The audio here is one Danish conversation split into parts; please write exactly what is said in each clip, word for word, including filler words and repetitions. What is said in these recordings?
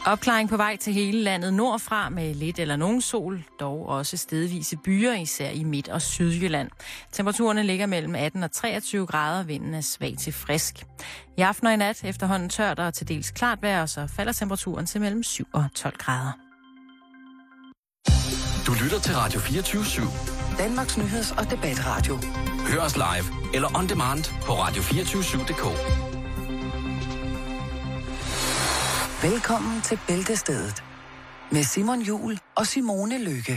Opklaring på vej til hele landet nordfra med lidt eller nogen sol, dog også stedvise byer, især i Midt- og Sydjylland. Temperaturerne ligger mellem atten og treogtyve grader, vinden er svag til frisk. I aften og i nat efterhånden tørt og til dels klart vejr, og så falder temperaturen til mellem syv og tolv grader. Du lytter til Radio fireogtyve syv. Danmarks nyheds- og debatradio. Hør os live eller on demand på radio to fire syv punktum d k. Velkommen til Bæltestedet med Simon Juhl og Simone Lykke.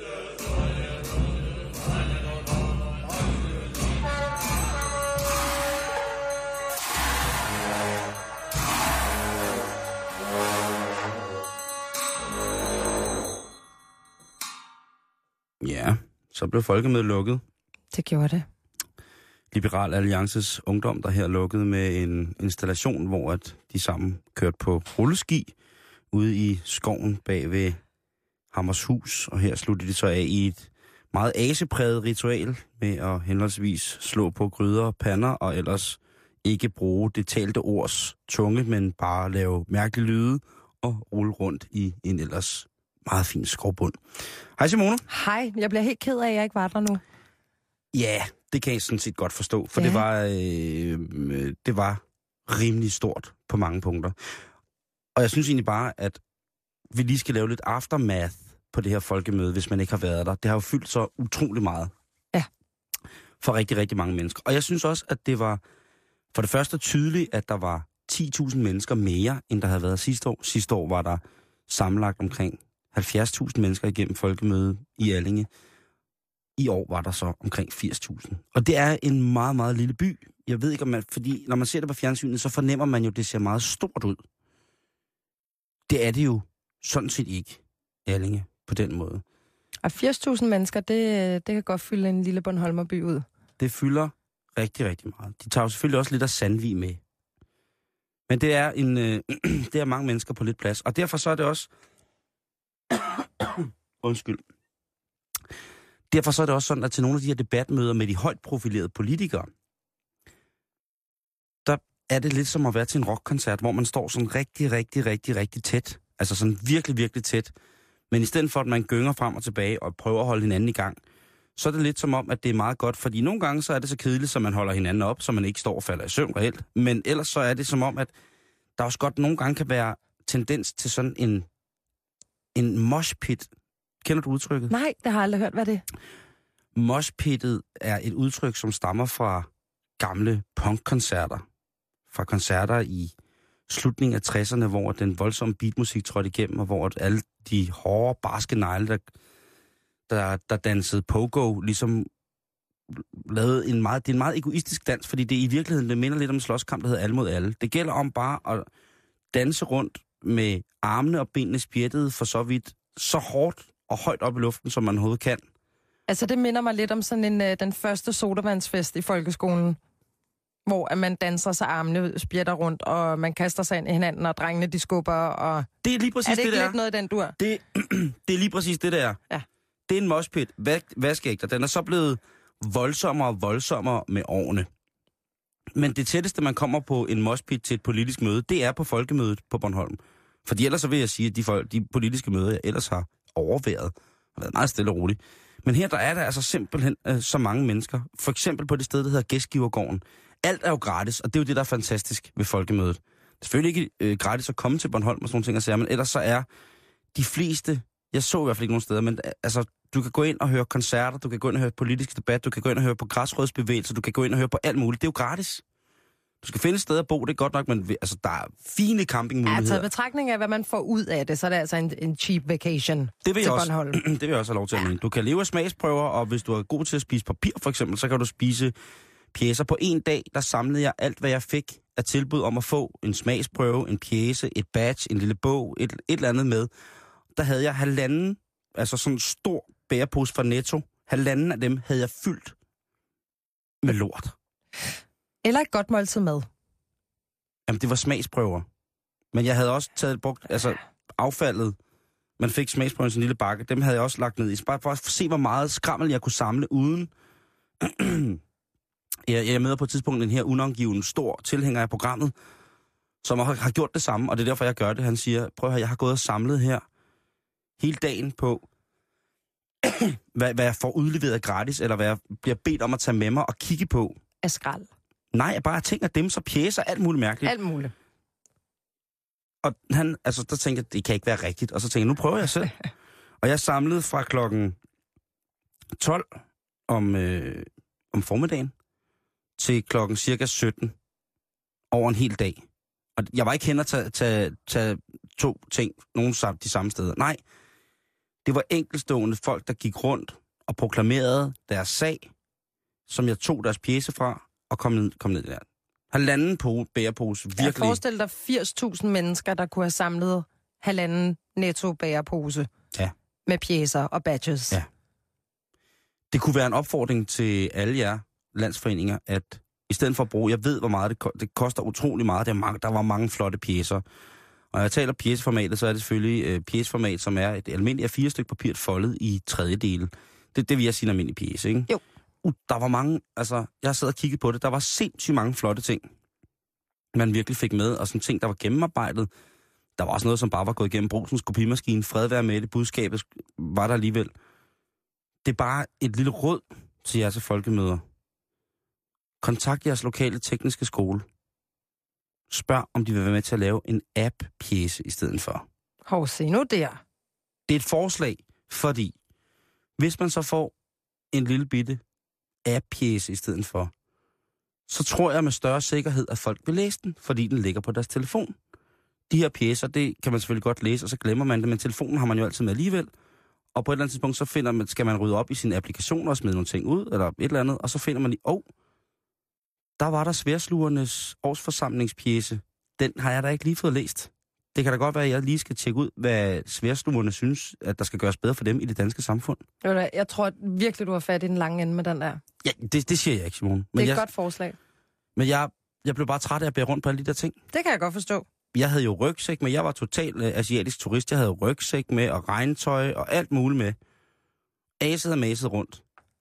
Ja, så blev folkemødet lukket. Det gjorde det. Liberal Alliances Ungdom, der her lukkede med en installation, hvor at de sammen kørte på rulleski ude i skoven bag ved Hammershus. Og her sluttede de så af i et meget asepræget ritual med at henholdsvis slå på gryder, pander og ellers ikke bruge det talte ords tunge, men bare lave mærkelige lyde og rulle rundt i en ellers meget fin skovbund. Hej Simone. Hej, jeg bliver helt ked af, at jeg ikke var der nu. Ja, det kan jeg sådan set godt forstå, for Ja. det var øh, det var rimelig stort på mange punkter. Og jeg synes egentlig bare, at vi lige skal lave lidt aftermath på det her folkemøde, hvis man ikke har været der. Det har jo fyldt så utrolig meget. Ja. For rigtig, rigtig mange mennesker. Og jeg synes også, at det var for det første tydeligt, at der var ti tusind mennesker mere, end der havde været sidste år. Sidste år var der sammenlagt omkring halvfjerds tusind mennesker igennem folkemødet i Allinge. I år var der så omkring firs tusind. Og det er en meget, meget lille by. Jeg ved ikke, om man... Fordi når man ser det på fjernsynet, så fornemmer man jo, at det ser meget stort ud. Det er det jo sådan set ikke, Allinge, på den måde. Og firs tusind mennesker, det, det kan godt fylde en lille Bornholmerby ud. Det fylder rigtig, rigtig meget. De tager jo selvfølgelig også lidt af Sandvig med. Men det er, en, øh, det er mange mennesker på lidt plads. Og derfor så er det også... Undskyld. Derfor så er det også sådan, at til nogle af de her debatmøder med de højt profilerede politikere, der er det lidt som at være til en rockkoncert, hvor man står sådan rigtig, rigtig, rigtig, rigtig tæt. Altså sådan virkelig, virkelig tæt. Men i stedet for, at man gynger frem og tilbage og prøver at holde hinanden i gang, så er det lidt som om, at det er meget godt. Fordi nogle gange så er det så kedeligt, så man holder hinanden op, så man ikke står og falder i søvn reelt. Men ellers så er det som om, at der også godt nogle gange kan være tendens til sådan en, en moshpit. Kender du udtrykket? Nej, det har jeg aldrig hørt. Hvad er det? Moshpittet er et udtryk, som stammer fra gamle punkkoncerter. Fra koncerter i slutningen af tresserne, hvor den voldsomme beatmusik trådte igennem, og hvor alle de hårde, barske negle, der, der, der dansede pogo, ligesom lavede en meget... Det er en meget egoistisk dans, fordi det i virkeligheden det minder lidt om en slåskamp, der hedder alle mod alle. Det gælder om bare at danse rundt med armene og benene spjættet for så vidt, så hårdt og højt op i luften, som man overhovedet kan. Altså, det minder mig lidt om sådan en, øh, den første sodavandsfest i folkeskolen, hvor at man danser sig armene, spjætter rundt, og man kaster sig ind i hinanden, og drengene de skubber, og... Det er lige præcis er det det, ikke der lidt noget i den dur? Det, det er lige præcis det, der er. Ja. Det er en moshpit. Vaskeægter. Den er så blevet voldsommere og voldsommere med årene. Men det tætteste, man kommer på en moshpit til et politisk møde, det er på folkemødet på Bornholm. Fordi ellers så vil jeg sige, at de, folk, de politiske møder, jeg ellers har overværet, har været meget stille og roligt. Men her der er der altså simpelthen øh, så mange mennesker. For eksempel på det sted, der hedder Gæstgivergården. Alt er jo gratis, og det er jo det, der er fantastisk ved folkemødet. Det er selvfølgelig ikke øh, gratis at komme til Bornholm og sådan nogle ting at sige, men ellers så er de fleste, jeg så i hvert fald ikke nogen steder, men altså, du kan gå ind og høre koncerter, du kan gå ind og høre politisk debat, du kan gå ind og høre på græsrødsbevægelser, du kan gå ind og høre på alt muligt. Det er jo gratis. Du skal finde et sted at bo, det er godt nok, men altså, der er fine campingmuligheder. Ja, til betragtning af, hvad man får ud af det, så er det altså en, en cheap vacation det vil til også, Bornholm. Det vil jeg også have lov til at mene. Du kan leve af smagsprøver, og hvis du er god til at spise papir, for eksempel, så kan du spise pjæser. På en dag, der samlede jeg alt, hvad jeg fik af tilbud om at få en smagsprøve, en pjæse, et badge, en lille bog, et, et eller andet med. Der havde jeg halvanden, altså sådan en stor bærepose fra Netto. Halvanden af dem havde jeg fyldt med lort. Eller et godt måltid mad. Jamen, det var smagsprøver. Men jeg havde også taget brugt, altså affaldet, man fik smagsprøven i sin lille bakke, dem havde jeg også lagt ned i. Bare for at se, hvor meget skrammel jeg kunne samle uden. jeg, jeg møder på et tidspunkt den her unangivende stor tilhænger af programmet, som har, har gjort det samme, og det er derfor, jeg gør det. Han siger, prøv at høre, jeg har gået og samlet her hele dagen på, hvad, hvad jeg får udleveret gratis, eller hvad jeg bliver bedt om at tage med mig og kigge på. Af skrald. Nej, jeg bare tænker dem så pjæser, alt muligt mærkeligt. Alt muligt. Og han, altså, der tænker jeg, det kan ikke være rigtigt. Og så tænker jeg, nu prøver jeg selv. Og jeg samlede fra klokken tolv om, øh, om formiddagen til klokken cirka sytten over en hel dag. Og jeg var ikke hen og tage, tage, tage to ting, nogen sammen, de samme steder. Nej, det var enkeltstående folk, der gik rundt og proklamerede deres sag, som jeg tog deres pjece fra og kom ned, kom ned der. Halvanden på bærepose, virkelig. Jeg forestiller dig firs tusind mennesker, der kunne have samlet halvanden netto bærepose. Ja. Med pjæser og badges. Ja. Det kunne være en opfordring til alle jer landsforeninger, at i stedet for at bruge, jeg ved, hvor meget det, ko- det koster utrolig meget, der, mange, der var mange flotte pjæser. Og når jeg taler pjæseformatet, så er det selvfølgelig øh, pjæseformat, som er et almindeligt A fire stykke papir foldet i tredjedele. Det, det vil jeg sige en almindelig pjæse, ikke? Jo. Uh, der var mange, altså, jeg sad og kiggede på det, der var sindssygt mange flotte ting, man virkelig fik med, og sådan ting, der var gennemarbejdet. Der var også noget, som bare var gået igennem Brugsens kopimaskine. Fred være med det, budskabet var der alligevel. Det er bare et lille råd til jer til folkemøder. Kontakt jeres lokale tekniske skole. Spørg, om de vil være med til at lave en app-pjece i stedet for. Hov, se nu der. Det er et forslag, fordi hvis man så får en lille bitte app-pjece i stedet for, så tror jeg med større sikkerhed, at folk vil læse den, fordi den ligger på deres telefon. De her pjecer, det kan man selvfølgelig godt læse, og så glemmer man det, men telefonen har man jo altid med alligevel. Og på et eller andet tidspunkt, så finder man, skal man rydde op i sine applikationer og smide nogle ting ud, eller et eller andet, og så finder man lige, åh, oh, der var der Sværslugernes årsforsamlingspjece. Den har jeg da ikke lige fået læst. Det kan da godt være, at jeg lige skal tjekke ud, hvad Sværslugerne synes, at der skal gøres bedre for dem i det danske samfund. Jeg tror virkelig, du har fat i den lange ende med den der. Ja, det, det siger jeg ikke, Simone. Men det er et jeg, godt forslag. Men jeg, jeg blev bare træt af at bære rundt på alle de der ting. Det kan jeg godt forstå. Jeg havde jo rygsæk med. Jeg var total øh, asiatisk turist. Jeg havde rygsæk med og regntøj og alt muligt med. Aset og maset rundt.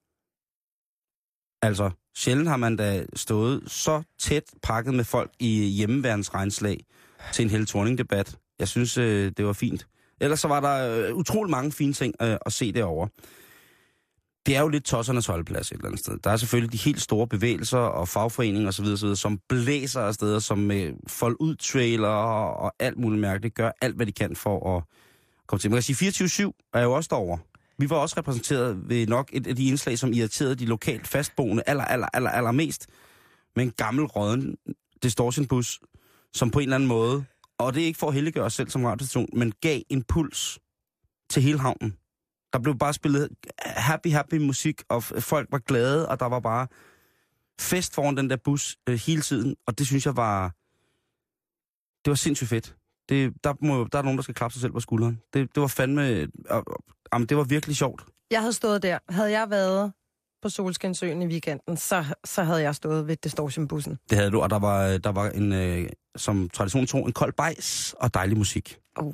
Altså, sjældent har man da stået så tæt pakket med folk i hjemmeværnsregnslag til en Helle Thorning-debat. Jeg synes, øh, det var fint. Ellers så var der øh, utrolig mange fine ting øh, at se derovre. Det er jo lidt tossernes holdplads et eller andet sted. Der er selvfølgelig de helt store bevægelser og fagforeninger osv., osv., som blæser afsted, som med folk ud trailer og, og alt muligt mærkeligt gør alt, hvad de kan for at komme til. Man kan sige, fireogtyve syv er jo også derovre. Vi var også repræsenteret ved nok et af de indslag, som irriterede de lokalt fastboende aller, aller, aller, aller mest med en gammel rødden distortionbus, som på en eller anden måde, og det er ikke for at helliggøre os selv som radiostation, men gav en puls til hele havnen. Der blev bare spillet happy, happy musik, og folk var glade, og der var bare fest foran den der bus øh, hele tiden, og det synes jeg var, det var sindssygt fedt. Det, der, må, der er nogen, der skal klappe sig selv på skulderen. Det, det var fandme, øh, øh, det var virkelig sjovt. Jeg havde stået der. Havde jeg været på Solskinsøen i weekenden, så, så havde jeg stået ved distortionbussen. Det havde du, og der var, der var en, øh, som tradition tro, en kold bajs og dejlig musik. Oh.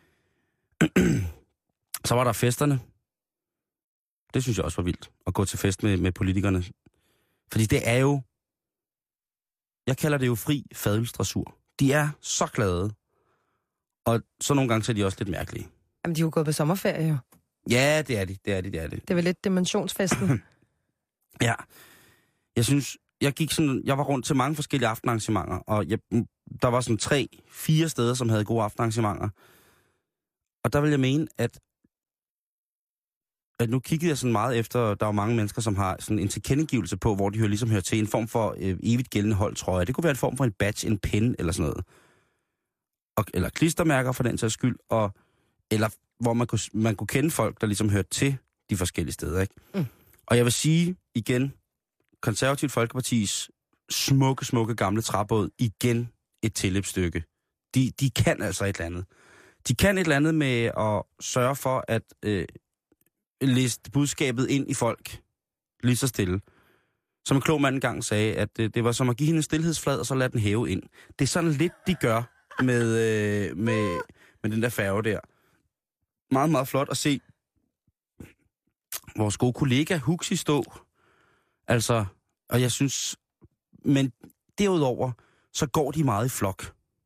Så var der festerne. Det synes jeg også var vildt, at gå til fest med, med politikerne. Fordi det er jo, jeg kalder det jo fri fadølsdressur. De er så glade. Og så nogle gange så er de også lidt mærkelige. Jamen, de er jo gået på sommerferie, jo. Ja, det er de, det er de, det er de. Det er vel lidt dimensionsfesten. Ja. Jeg synes, jeg gik sådan, jeg var rundt til mange forskellige aftenarrangementer, og jeg, der var sådan tre, fire steder, som havde gode aftenarrangementer. Og der vil jeg mene, at at nu kiggede jeg sådan meget efter, der er mange mennesker, som har sådan en tilkendegivelse på, hvor de hører, ligesom hører til en form for øh, evigt gældende holdtrøje. Det kunne være en form for en badge, en pen eller sådan noget. Og, eller klistermærker for den sags skyld, og, eller hvor man kunne, man kunne kende folk, der ligesom hørte til de forskellige steder. Ikke? Mm. Og jeg vil sige igen, Konservativt Folkepartis smukke, smukke gamle træbåd, igen et tilløbsstykke. De, de kan altså et eller andet. De kan et eller andet med at sørge for, at øh, læse budskabet ind i folk lige så stille. Som en klog mand engang sagde, at det, det var som at give hende en stilhedsflad, og så lade den hæve ind. Det er sådan lidt, de gør med, øh, med, med den der færge der. Meget, meget flot at se vores gode kollega Huxi stå. Altså, og jeg synes, men derudover, så går de meget i flok.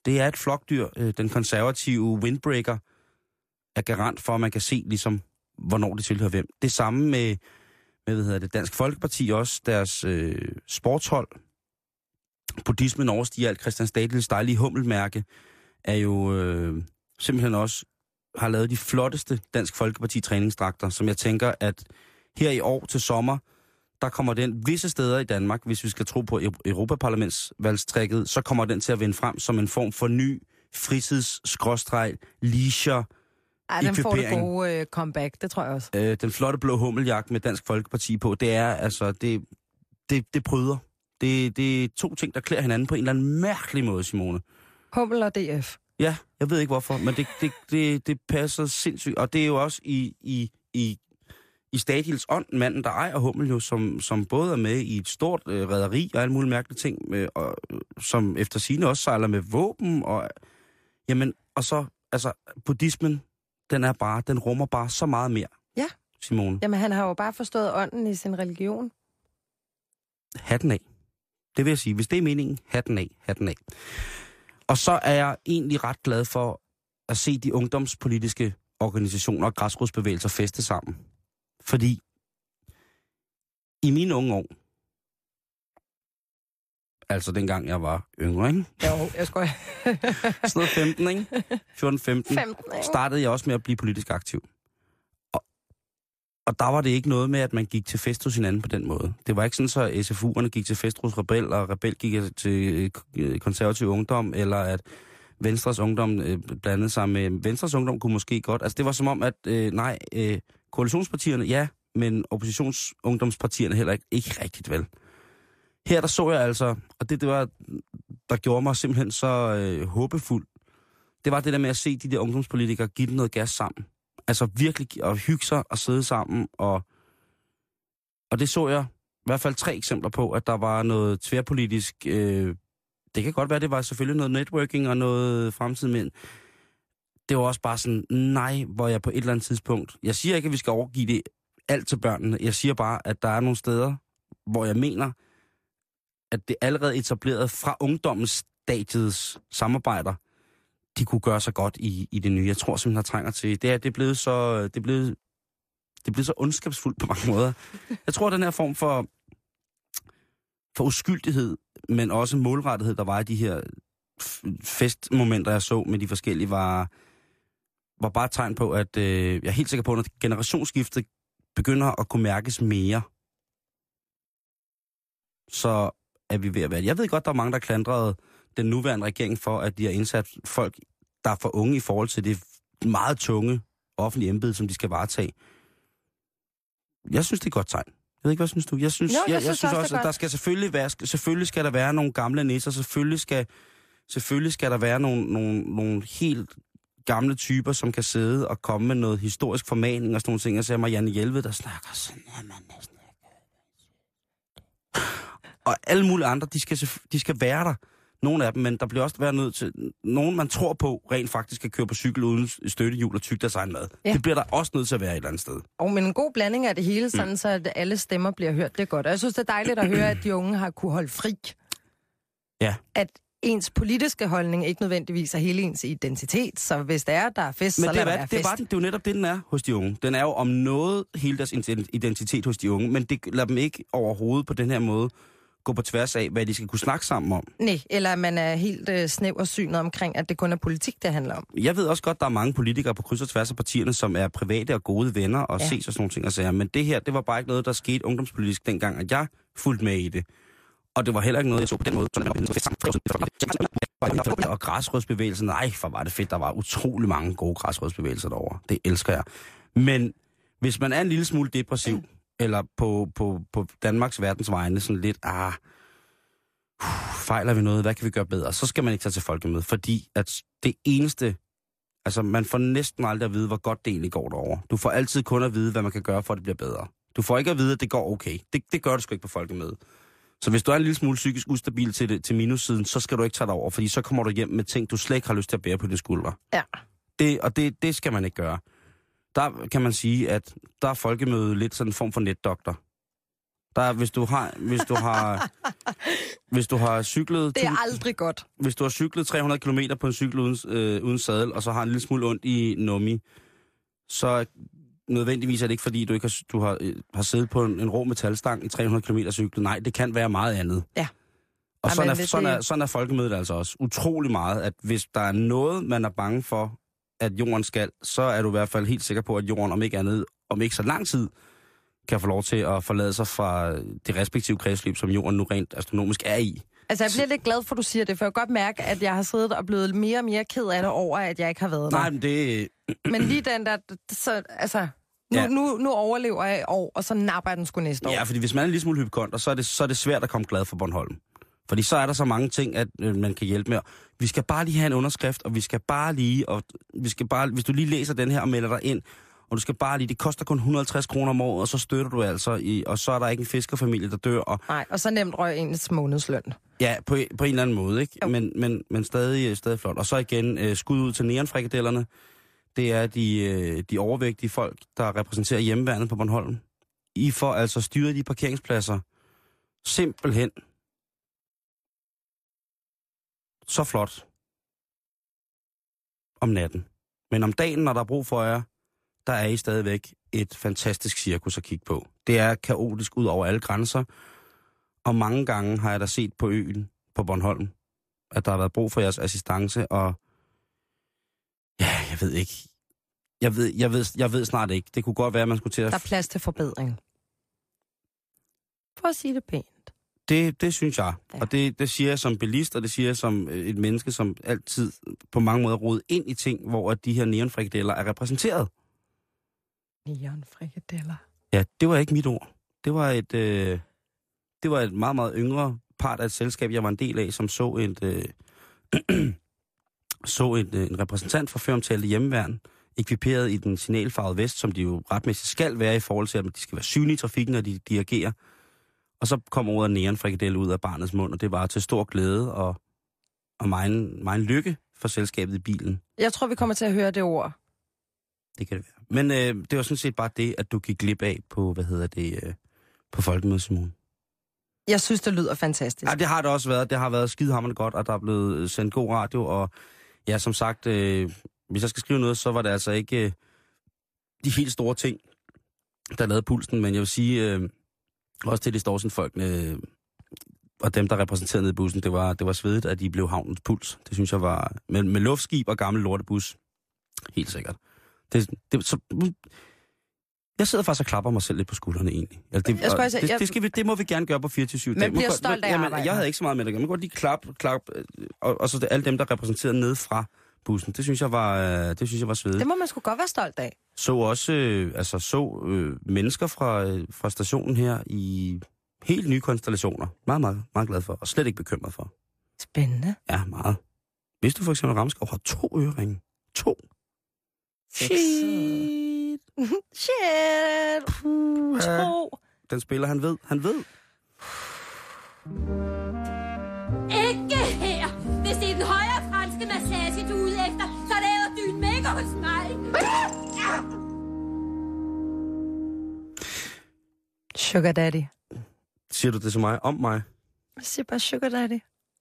Det er et flokdyr. Øh, den konservative windbreaker er garant for, at man kan se, ligesom, hvornår det tilhører hvem. Det samme med, med hvad hedder det, Dansk Folkeparti også, deres øh, sportshold. Buddhismen overstiger alt. Christian Stadils dejlige hummelmærke er jo øh, simpelthen også, har lavet de flotteste Dansk Folkeparti træningsdragter, som jeg tænker, at her i år til sommer, der kommer den visse steder i Danmark, hvis vi skal tro på Europaparlamentsvalgstrækket, så kommer den til at vinde frem som en form for ny fritids-skråstreg, leisure, Ej, den får det gode øh, comeback, det tror jeg også. Øh, den flotte blå hummeljagt med Dansk Folkeparti på, det er altså, det, det, det bryder. Det, det er to ting, der klæder hinanden på en eller anden mærkelig måde, Simone. Hummel og D F. Ja, jeg ved ikke hvorfor, men det, det, det, det passer sindssygt. Og det er jo også i, i, i, i Stadils ånd, manden, der ejer Hummel jo, som, som både er med i et stort øh, rederi og alle mulige mærkelige ting, øh, og, som efter sigende også sejler med våben. Og, jamen, og så, altså, buddhismen, den er bare, den rummer bare så meget mere. Ja. Simone. Jamen, han har jo bare forstået ånden i sin religion. Hatten af. Det vil jeg sige. Hvis det er meningen, hatten af, hatten af. Og så er jeg egentlig ret glad for at se de ungdomspolitiske organisationer og græsrodsbevægelser feste sammen. Fordi i mine unge år, altså dengang jeg var yngre, ikke? Jo, jeg skulle sådan noget femten, ikke? fjorten femten, startede jeg også med at blive politisk aktiv. Og, og der var det ikke noget med, at man gik til fest hos hinanden på den måde. Det var ikke sådan, så S F U'erne gik til fest hos Rebel, og Rebel gik til konservativ ungdom, eller at Venstres ungdom øh, blandede sig med Venstres ungdom kunne måske godt. Altså det var som om, at øh, nej, øh, koalitionspartierne, ja, men oppositionsungdomspartierne heller ikke, ikke rigtigt vel. Her der så jeg altså, og det, det var, der gjorde mig simpelthen så øh, håbefuld, det var det der med at se de der ungdomspolitikere give dem noget gas sammen. Altså virkelig at hygge sig og sidde sammen, og, og det så jeg i hvert fald tre eksempler på, at der var noget tværpolitisk, øh, det kan godt være, det var selvfølgelig noget networking og noget fremtid, men det var også bare sådan, nej, hvor jeg på et eller andet tidspunkt, jeg siger ikke, at vi skal overgive det alt til børnene, jeg siger bare, at der er nogle steder, hvor jeg mener, at det allerede etableret fra ungdommens stadiets samarbejder, de kunne gøre sig godt i, i det nye. Jeg tror simpelthen, der trænger til. Det er, det er blevet så, det er blevet, det er blevet så ondskabsfuldt på mange måder. Jeg tror, at den her form for, for uskyldighed, men også målrettighed, der var i de her festmomenter, jeg så med de forskellige, var, var bare et tegn på, at øh, jeg er helt sikker på, at generationsskiftet begynder at kunne mærkes mere, så er vi ved at være. Jeg ved godt, der er mange, der klandrede den nuværende regering for, at de har indsat folk, der er for unge i forhold til det meget tunge offentlige embede, som de skal varetage. Jeg synes, det er et godt tegn. Jeg ved ikke, hvad synes du? Jeg synes, jo, jeg, jeg, jeg synes også, også at der skal selvfølgelig være, selvfølgelig skal der være nogle gamle nisser, selvfølgelig skal, selvfølgelig skal der være nogle, nogle, nogle helt gamle typer, som kan sidde og komme med noget historisk formaning og sådan nogle ting. Jeg ser Marianne Jelved, der snakker sådan her, man næsten. Og alle mulige andre, de skal, de skal være der. Nogle af dem, men der bliver også været nødt til... Nogen, man tror på, rent faktisk kan køre på cykel uden støttehjul og tygge deres egen mad. Ja. Det bliver der også nødt til at være et eller andet sted. Og men en god blanding af det hele, sådan mm. så at alle stemmer bliver hørt, det er godt. Og jeg synes, det er dejligt at høre, at de unge har kunne holde fri. Ja. At ens politiske holdning ikke nødvendigvis er hele ens identitet, så hvis det er, der er fest, men så lad det være fest. Var, det er jo netop det, den er hos de unge. Den er jo om noget hele deres identitet hos de unge, men det lader dem ikke overhovedet på den her måde gå på tværs af, hvad de skal kunne snakke sammen om. Nej, eller man er helt øh, snæversynet omkring, at det kun er politik, det handler om. Jeg ved også godt, der er mange politikere på kryds og tværs af partierne, som er private og gode venner og ja. ses og sådan nogle ting og sager. Men det her, det var bare ikke noget, der skete ungdomspolitisk dengang, at jeg fulgte med i det. Og det var heller ikke noget, jeg så på den måde. Og græsrodsbevægelsen, nej, for var det fedt. Der var utrolig mange gode græsrodsbevægelser derovre. Det elsker jeg. Men hvis man er en lille smule depressiv, mm. eller på, på, på Danmarks verdens vegne sådan lidt, ah, uh, fejler vi noget, hvad kan vi gøre bedre? Så skal man ikke tage til folkemøde, fordi at det eneste, altså man får næsten aldrig at vide, hvor godt det egentlig går derovre. Du får altid kun at vide, hvad man kan gøre, for at det bliver bedre. Du får ikke at vide, at det går okay. Det, det gør du sgu ikke på folkemøde. Så hvis du er en lille smule psykisk ustabil til, det, til minussiden, så skal du ikke tage dig over, fordi så kommer du hjem med ting, du slet ikke har lyst til at bære på dine skuldre. Ja. Det, og det, det skal man ikke gøre. Der kan man sige, at der er folkemødet lidt sådan en form for netdoktor. Der er, hvis du har, hvis du har, hvis du har cyklet... Det er aldrig godt. Hvis du har cyklet tre hundrede kilometer på en cykel uden, øh, uden sadel, og så har en lille smule ondt i nummi, så nødvendigvis er det ikke, fordi du ikke har, du har, øh, har siddet på en, en rå metalstang i tre hundrede kilometer cyklet. Nej, det kan være meget andet. Ja. Og Jamen, sådan, er, det, sådan, er, sådan er folkemødet altså også. Utrolig meget, at hvis der er noget, man er bange for, at jorden skal, så er du i hvert fald helt sikker på, at jorden om ikke andet, om ikke så lang tid, kan få lov til at forlade sig fra det respektive kredsløb, som jorden nu rent astronomisk er i. Altså, jeg bliver lidt glad for, at du siger det, for jeg kan godt mærke, at jeg har siddet og blevet mere og mere ked af det over, at jeg ikke har været der. Nej, men det... Men lige den der, så, altså, nu, Ja. nu, nu overlever jeg i år, og så napper jeg den sgu næste år. Ja, fordi hvis man er en lille smule hypokonder, så er det, så er det svært at komme glad for Bornholm. Fordi så er der så mange ting, at øh, man kan hjælpe med. Vi skal bare lige have en underskrift, og vi skal bare lige, og vi skal bare, hvis du lige læser den her og melder dig ind, og du skal bare lige, det koster kun et hundrede og halvtreds kroner om året, og så støtter du altså, i, og så er der ikke en fiskerfamilie, der dør. Og, Nej, og så nemt røg ens månedsløn. ja, på, på en eller anden måde, ikke? Jo. Men, men, men stadig, stadig flot. Og så igen, øh, skud ud til neonfrikadellerne. Det er de, øh, de overvægtige folk, der repræsenterer hjemmeværnet på Bornholm. I får altså styret de parkeringspladser simpelthen så flot om natten. Men om dagen, når der er brug for jer, der er I stadigvæk et fantastisk cirkus at kigge på. Det er kaotisk ud over alle grænser, og mange gange har jeg da set på øen på Bornholm, at der har været brug for jeres assistance, og ja, jeg ved ikke. Jeg ved, jeg ved, jeg ved snart ikke. Det kunne godt være, at man skulle til at... Der er plads til forbedring. For at sige det pænt. Det, det synes jeg. Ja. Og det, det siger jeg som bilist, og det siger jeg som et menneske, som altid på mange måder rodet ind i ting, hvor de her neonfrikadeller er repræsenteret. Neonfrikadeller. Ja, det var ikke mit ord. Det var et, øh, det var et meget, meget yngre part af et selskab, jeg var en del af, som så, et, øh, så et, øh, en repræsentant fra føromtalte hjemmeværn, ekviperet i den signalfarvede vest, som de jo retmæssigt skal være i forhold til, at de skal være synlige i trafikken, når de, de agerer. Og så kom ordet neonfrikadelle ud af barnets mund, og det var til stor glæde og, og meget, meget lykke for selskabet i bilen. Jeg tror, vi kommer til at høre det ord. Det kan det være. Men øh, det var sådan set bare det, at du gik glip af på, hvad hedder det, øh, på Folkemødet, Simone. Jeg synes, det lyder fantastisk. Ja, det har det også været. Det har været skidehammerende godt, og der er blevet sendt god radio, og ja, som sagt, øh, hvis jeg skal skrive noget, så var det altså ikke øh, de helt store ting, der lavede pulsen, men jeg vil sige, øh, også til de Storsen-folkene, øh, og dem, der repræsenterede nede i bussen, det var, det var svedigt, at de blev havnens puls. Det synes jeg var, med, med luftskib og gammel lortebus, helt sikkert. Det, det, så, jeg sidder faktisk og klapper mig selv lidt på skuldrene egentlig. Altså, det, Jeg skulle også- det, jeg- det, skal vi, det må vi gerne gøre på fireogtyve syv. Men bliver stolt af arbejdet. Jeg havde ikke så meget med det. Man kan godt lige klap, klap, og, og så det, alle dem, der repræsenterede nede fra bussen. Det synes jeg var, øh, det synes jeg var svedigt. Det må man sgu godt være stolt af. Så også øh, altså så øh, mennesker fra, øh, fra stationen her i helt nye konstellationer. Meget, meget, meget glad for, og slet ikke bekymret for. Spændende. Ja, meget. Hvis du for eksempel Ramskov har to øreringe. To. Shit. Shit. Puh, To. Den spiller, han ved. Han ved. Ikke her! Hvis det er den højre franske massage, du er ude efter, så laver du den ikke hos mig! Sugar daddy. Siger du det til mig om mig? Jeg siger bare sugar daddy.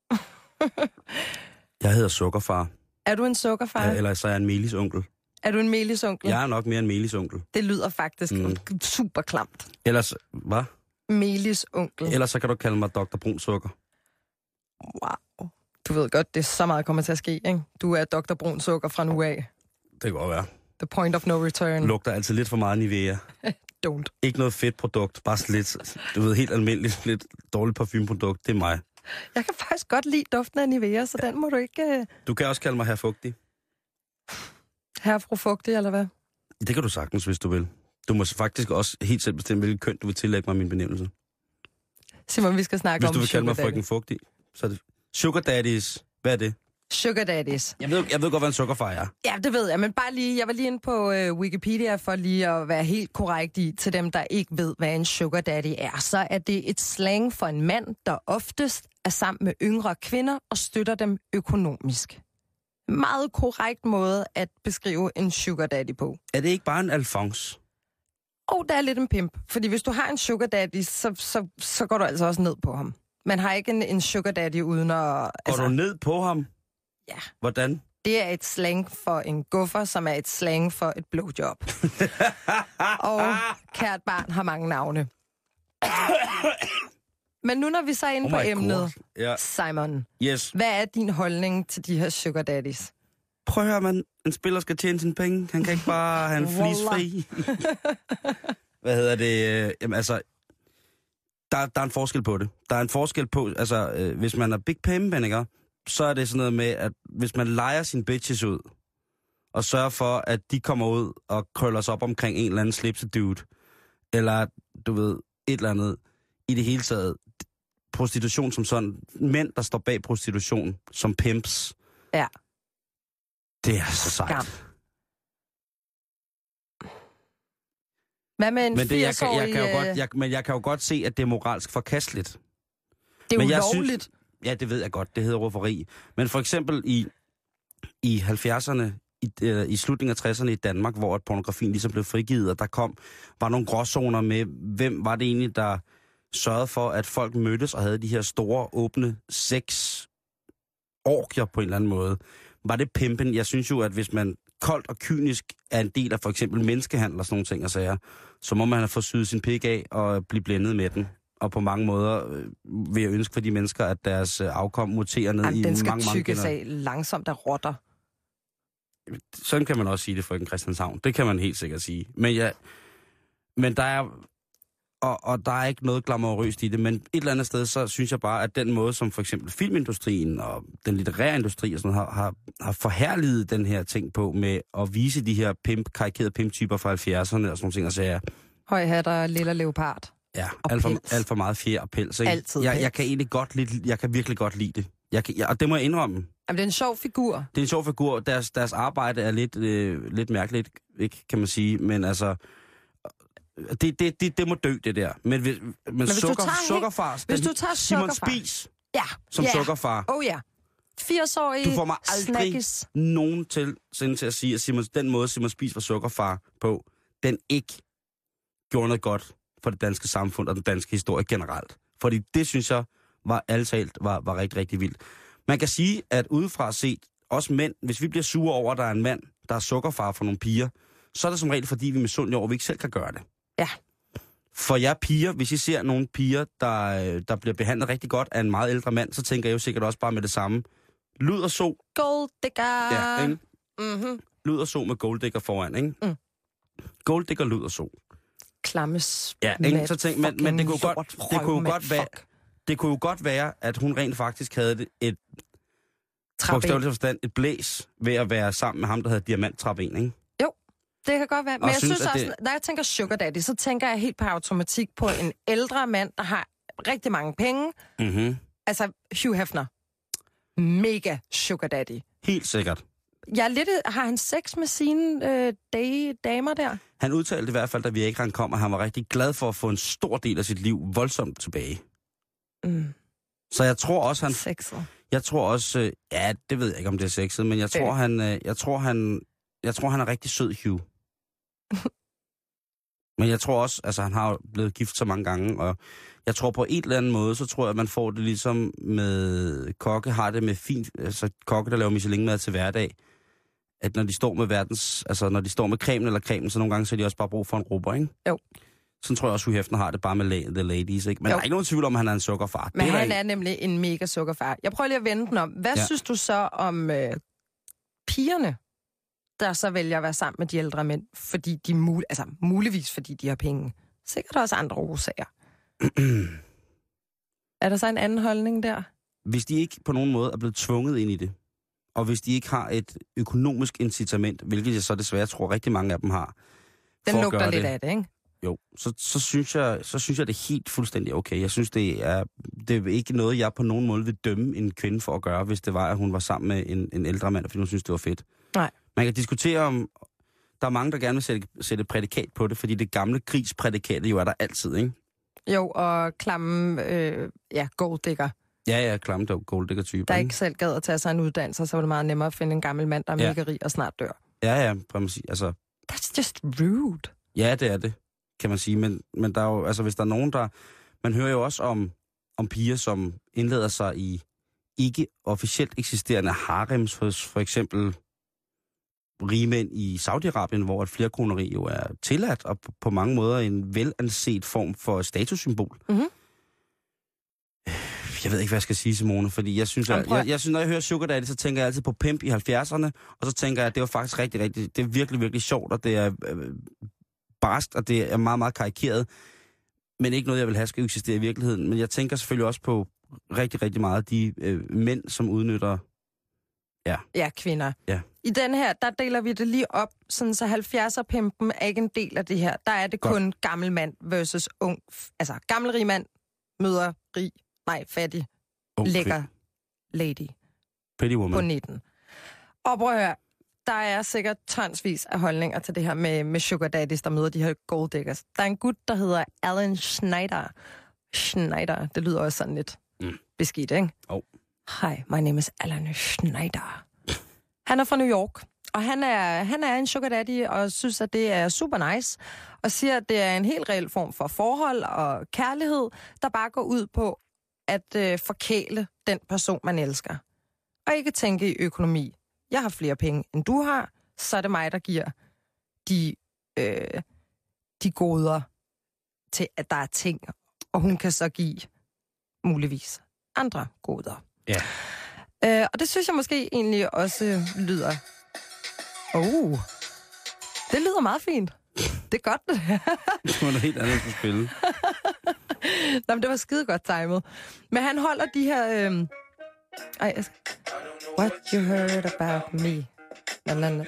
Jeg hedder Sukkerfar. Er du en sukkerfar? Ja, eller så er jeg en Melis onkel. Er du en Melis onkel? Jeg er nok mere en Melis onkel. Det lyder faktisk mm. super klamt. Ellers, hvad? Melis onkel. Ellers så kan du kalde mig doktor Brun Sukker. Wow. Du ved godt, det er så meget kommer til at ske, ikke? Du er doktor Brun Sukker fra nu af. Det kan godt være. The point of no return. Lugter altid lidt for meget Nivea. Don't. Ikke noget fedt produkt, bare sådan lidt, du ved, helt almindeligt, lidt dårligt parfumeprodukt. Det er mig. Jeg kan faktisk godt lide duften af Nivea, så ja. Den må du ikke... Uh... Du kan også kalde mig herr Fugtig. Herre fru Fugtig, eller hvad? Det kan du sagtens, hvis du vil. Du må faktisk også helt selv bestemme, hvilket køn du vil tillægge mig min benævnelse. Simon, vi skal snakke hvis om du vil kalde mig sugar frøken Fugtig, så er det... Sugar daddies. Hvad er det? Sugar daddies. Jeg ved, jeg ved godt, hvad en sukkerfar er. Ja, det ved jeg, men bare lige, jeg var lige inde på øh, Wikipedia for lige at være helt korrekt i, til dem, der ikke ved, hvad en sugar daddy er. Så er det et slang for en mand, der oftest er sammen med yngre kvinder og støtter dem økonomisk. Meget korrekt måde at beskrive en sugar daddy på. Er det ikke bare en Alphonse? Og der er lidt en pimp. Fordi hvis du har en sugar daddy, så, så, så går du altså også ned på ham. Man har ikke en, en sugar daddy uden at... Går altså, du ned på ham? Ja. Hvordan? Det er et slang for en guffer, som er et slang for et blowjob. Og kært barn har mange navne. Men nu når vi så er inde oh på emnet, ja. Simon, yes. hvad er din holdning til de her sugar daddies? Prøv at høre, man. En spiller skal tjene sine penge. Han kan ikke bare have en flisfri. Hvad hedder det? Jamen altså, der, der er en forskel på det. Der er en forskel på, altså, øh, hvis man er big pimp, ikke, så er det sådan noget med, at hvis man lejer sine bitches ud, og sørger for, at de kommer ud og krøller sig op omkring en eller anden slipsedude, eller, du ved, et eller andet, i det hele taget, prostitution som sådan, mænd, der står bag prostitution, som pimps. Ja. Det er så sejt. Skam. Hvad med en men det, jeg kan, jeg kan jo firs-årig, godt, jeg, men jeg kan jo godt se, at det er moralsk forkasteligt. Det er men jo jeg lovligt. Synes, ja, det ved jeg godt. Det hedder rufferi. Men for eksempel i, i halvfjerdserne, i, øh, i slutningen af tresserne i Danmark, hvor at pornografien ligesom blev frigivet, og der kom, var nogle gråzoner med, hvem var det egentlig, der sørgede for, at folk mødtes og havde de her store, åbne sex-orgier på en eller anden måde. Var det pimpen? Jeg synes jo, at hvis man koldt og kynisk er en del af for eksempel menneskehandel og sådan nogle ting og sager, så må man have fået syet sin pik af og blive blændet med den. Og på mange måder øh, vil jeg ønske for de mennesker, at deres øh, afkom muterer ned. Jamen, i den skal mange, mange tykkes af langsomt af rotter. Sådan kan man også sige det, frøken Christianshavn. Det kan man helt sikkert sige. Men, ja, men der er... Og, og der er ikke noget glamourøst i det, men et eller andet sted, så synes jeg bare, at den måde, som for eksempel filmindustrien og den litterære industri og sådan, har, har, har forherliget den her ting på med at vise de her pimp, karikerede pimp-typer fra halvfjerdserne og sådan nogle ting, og så er højhatter, lille leopard. Ja, alt for, alt for meget fjer og pels. Ikke? Altid jeg, pels. jeg kan egentlig godt lide, jeg kan virkelig godt lide det. Jeg kan, jeg, og det må jeg indrømme. Jamen, det er en sjov figur. Det er en sjov figur. Deres, deres arbejde er lidt, øh, lidt mærkeligt, ikke, kan man sige, men altså... Det, det, det, det må dø, det der. Men, men, men sukker, sukkerfar... Hvis du tager Simon sukkerfar. Spies ja, som ja. sukkerfar. Oh ja. firs-årige Du får mig aldrig snakkes. nogen til, til at sige, at Simon, den måde, Simon Spies var sukkerfar på, den ikke gjorde noget godt for det danske samfund og den danske historie generelt. Fordi det, synes jeg, var altalt var, var rigtig, rigtig vildt. Man kan sige, at udefra set, også mænd, hvis vi bliver sure over, at der er en mand, der er sukkerfar for nogle piger, så er det som regel, fordi vi er misundelige over, at vi ikke selv kan gøre det. Ja. For jer piger, hvis I ser nogle piger, der, der bliver behandlet rigtig godt af en meget ældre mand, så tænker jeg jo sikkert også bare med det samme. Lud og so. Gold digger. Ja, ikke? Mm-hmm. Lud og so med golddigger foran, ikke? Mm. Golddigger, lud og so. Klammes. Ja, ikke? Så tænk, men, men det kunne godt, det kunne jo godt være, det kunne jo godt være, at hun rent faktisk havde et bogstaveligt forstand, et blæs ved at være sammen med ham, der havde diamanttrappen, ikke? Det kan godt være. Men og jeg synes, synes også, det... når jeg tænker sugar daddy, så tænker jeg helt på automatik på en ældre mand, der har rigtig mange penge. Mm-hmm. Altså Hugh Hefner. Mega sugar daddy. Helt sikkert. Jeg er lidt... Har han sex med sine øh, day, damer der? Han udtalte i hvert fald, da vi ikke kom, at han var rigtig glad for at få en stor del af sit liv voldsomt tilbage. Mm. Så jeg tror også, han... Sexet. Jeg tror også... Øh, ja, det ved jeg ikke, om det er sexet, men jeg tror, øh. han... Øh, jeg tror, han... Jeg tror, han er rigtig sød, Hugh. Men jeg tror også, altså han har jo blevet gift så mange gange, og jeg tror på en eller anden måde, så tror jeg, at man får det ligesom med kokke, har det med fint, altså kokke, der laver Michelin-mad til hverdag, at når de står med verdens, altså når de står med cremen eller cremen, så nogle gange så har de også bare brug for en rubber, ikke? Jo. Sådan tror jeg også, Hugh Hefner har det bare med la- the ladies, ikke? Men jo. Der er ikke nogen tvivl om, at han er en sukkerfar. Men det er han ikke... er nemlig en mega sukkerfar. Jeg prøver lige at vende den om. Hvad ja. synes du så om øh, pigerne, der så vælger at være sammen med de ældre mænd, fordi de mul- altså muligvis fordi de har penge? Sikkert også andre årsager. Er der så en anden holdning der? Hvis de ikke på nogen måde er blevet tvunget ind i det, og hvis de ikke har et økonomisk incitament, hvilket jeg så desværre tror rigtig mange af dem har. Den lugter lidt det, af det, ikke? Jo, så, så, synes jeg, så synes jeg, det er helt fuldstændig okay. Jeg synes, det er, det er ikke noget, jeg på nogen måde vil dømme en kvinde for at gøre, hvis det var, at hun var sammen med en, en ældre mand, fordi hun synes, det var fedt. Nej. Man kan diskutere om... Der er mange, der gerne vil sætte, sætte prædikat på det, fordi det gamle krigsprædikat jo er der altid, ikke? Jo, og klamme, øh, ja, golddigger. Ja, ja, klamme golddigger-typer. Der ikke selv gad at tage sig en uddannelse, så var det meget nemmere at finde en gammel mand, der er ja. mega rig og snart dør. Ja, ja, præcis. Altså... That's just rude. Ja, det er det. kan man sige. Men, men der er jo, altså hvis der er nogen, der... Man hører jo også om, om piger, som indleder sig i ikke officielt eksisterende harems, hos for eksempel rigmænd i Saudi-Arabien, hvor et flerkoneri jo er tilladt, og på, på mange måder en velanset form for statussymbol. Mm-hmm. Jeg ved ikke, hvad jeg skal sige, Simone, fordi jeg synes, at, jeg, jeg synes, når jeg hører Sugar Daddy, så tænker jeg altid på Pimp i halvfjerdserne, og så tænker jeg, at det var faktisk rigtig, rigtig, det er virkelig, virkelig sjovt, og det er øh, barst, og det er meget, meget karikeret, men ikke noget, jeg vil have skal eksistere i virkeligheden. Men jeg tænker selvfølgelig også på rigtig, rigtig meget de øh, mænd, som udnytter... Ja. Ja, kvinder. Ja. I den her, der deler vi det lige op, sådan så halvfjerdser-pimpen er ikke en del af det her. Der er det Godt. kun gammel mand versus ung... Altså, gammel rig mand møder rig... Nej, fattig. Oh, Lækker lady. Pretty woman. På nitten. Og prøv at høre, der er sikkert tonsvis af holdninger til det her med, med sugar daddies, der møder de her gold diggers. Der er en gut, der hedder Alan Schneider. Schneider, det lyder også sådan lidt mm. beskidt, ikke? Oh. Hi, my name is Alan Schneider. Han er fra New York, og han er, han er en sugar daddy, og synes, at det er super nice, og siger, at det er en helt reel form for forhold og kærlighed, der bare går ud på at øh, forkæle den person, man elsker. Og ikke tænke i økonomi. Jeg har flere penge, end du har, så er det mig, der giver de, øh, de goder til, at der er ting, og hun kan så give muligvis andre goder. Ja. Øh, og det synes jeg måske egentlig også lyder... Oh, det lyder meget fint. Det er godt. Det var noget helt andet, at spille. Nå, men det var skide godt timet. Men han holder de her... Øh... Ej, jeg skal... What you heard about me. Lalala.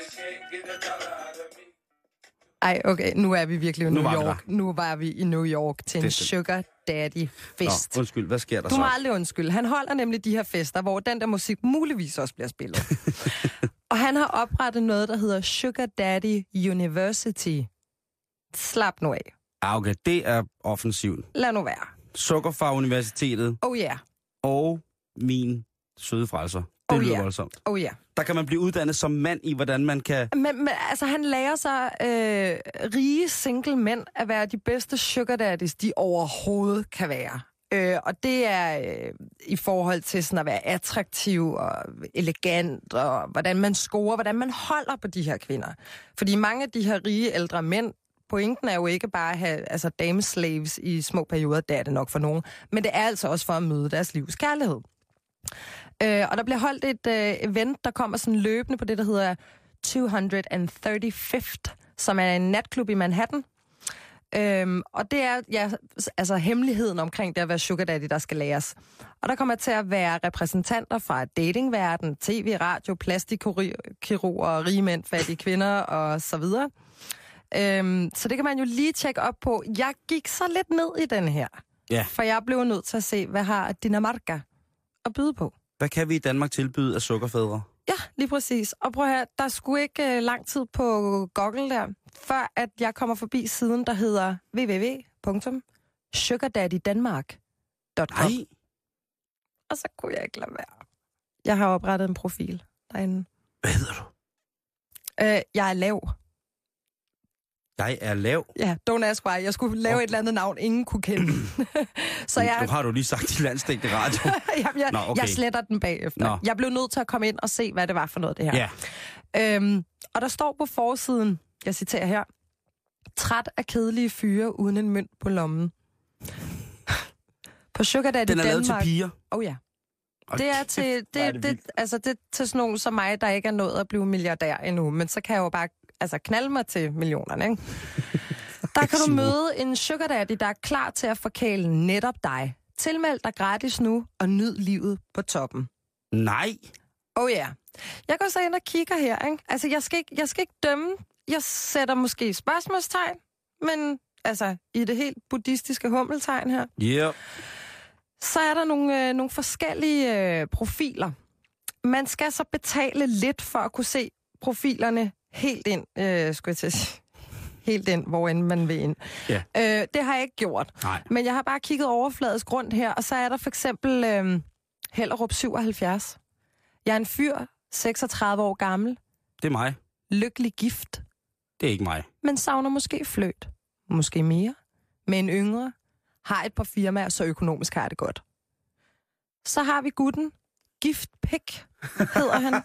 Ej, okay, nu er vi virkelig i New nu York. Nu var vi i New York til en det, sugar daddy fest. Nå, undskyld, hvad sker der du så? Du må aldrig undskylde. Han holder nemlig de her fester, hvor den der musik muligvis også bliver spillet. Og han har oprettet noget, der hedder Sugar Daddy University. Slap nu af. Ah, okay, det er offensivt. Lad nu være. Sukkerfar Universitetet. Oh ja. Yeah. Og min søde frelser. Det oh lyder yeah. voldsomt. Oh ja. Yeah. Der kan man blive uddannet som mand i, hvordan man kan... Men, men altså, han lærer sig øh, rige single mænd at være de bedste sugar daddies, de overhovedet kan være. Øh, og det er øh, i forhold til sådan at være attraktiv og elegant, og hvordan man scorer, hvordan man holder på de her kvinder. Fordi mange af de her rige ældre mænd, pointen er jo ikke bare at have altså, dameslaves i små perioder, det er det nok for nogen, men det er altså også for at møde deres livs kærlighed. Øh, og der bliver holdt et øh, event, der kommer sådan løbende på det, der hedder to hundred thirty-fifth, som er en natklub i Manhattan. Øhm, og det er ja, altså hemmeligheden omkring det at være sugar daddy, der skal læres. Og der kommer til at være repræsentanter fra datingverden, tv, radio, plastikkirurger, rige mænd, fattige kvinder og så videre. Øhm, så det kan man jo lige tjekke op på. Jeg gik så lidt ned i den her, ja. For jeg blev nødt til at se, hvad har Dinamarca at byde på. Hvad kan vi i Danmark tilbyde af sukkerfædre? Ja, lige præcis. Og prøv at høre, der skulle ikke uh, lang tid på Google der, før at jeg kommer forbi siden, der hedder w w w punktum sugardaddydanmark punktum com. Nej. Og så kunne jeg ikke lade være. Jeg har oprettet en profil derinde. Hvad hedder du? Uh, jeg er lav. Jeg er lav? Ja, don't ask why. Jeg skulle lave okay. et eller andet navn, ingen kunne kende. Så jeg... Nu har du lige sagt i landstækkende radio. Jamen, jeg, Nå, okay. jeg sletter den bagefter. Nå. Jeg blev nødt til at komme ind og se, hvad det var for noget, det her. Ja. Øhm, og der står på forsiden, jeg citerer her, træt af kedelige fyre uden en mønt på lommen. På Sugar Daddy Den er Danmark. lavet til piger? Oh ja. Det er til, det, det, det, altså, det er til sådan nogen som mig, der ikke er nået at blive milliardær endnu, men så kan jeg jo bare altså, knalde mig til millionerne, ikke? Der kan du møde en sugar daddy, der er klar til at forkæle netop dig. Tilmeld dig gratis nu, og nyd livet på toppen. Nej. Oh ja. Yeah. Jeg går så ind og kigger her, ikke? Altså, jeg skal ikke, jeg skal ikke dømme. Jeg sætter måske spørgsmålstegn, men altså, i det helt buddhistiske hummeltegn her. Ja. Yeah. Så er der nogle, øh, nogle forskellige øh, profiler. Man skal så betale lidt for at kunne se profilerne helt ind, øh, skulle jeg til at sige. Helt ind, hvor end man vil ind. Yeah. Øh, det har jeg ikke gjort. Nej. Men jeg har bare kigget overfladisk rundt her, og så er der for eksempel øh, Hellerup syvoghalvfjerds. Jeg er en fyr, seksogtredive år gammel. Det er mig. Lykkelig gift. Det er ikke mig. Men savner måske fløjt. måske mere, med en yngre, har et par firmaer, så økonomisk har det godt. Så har vi gutten, Giftpik, hedder han.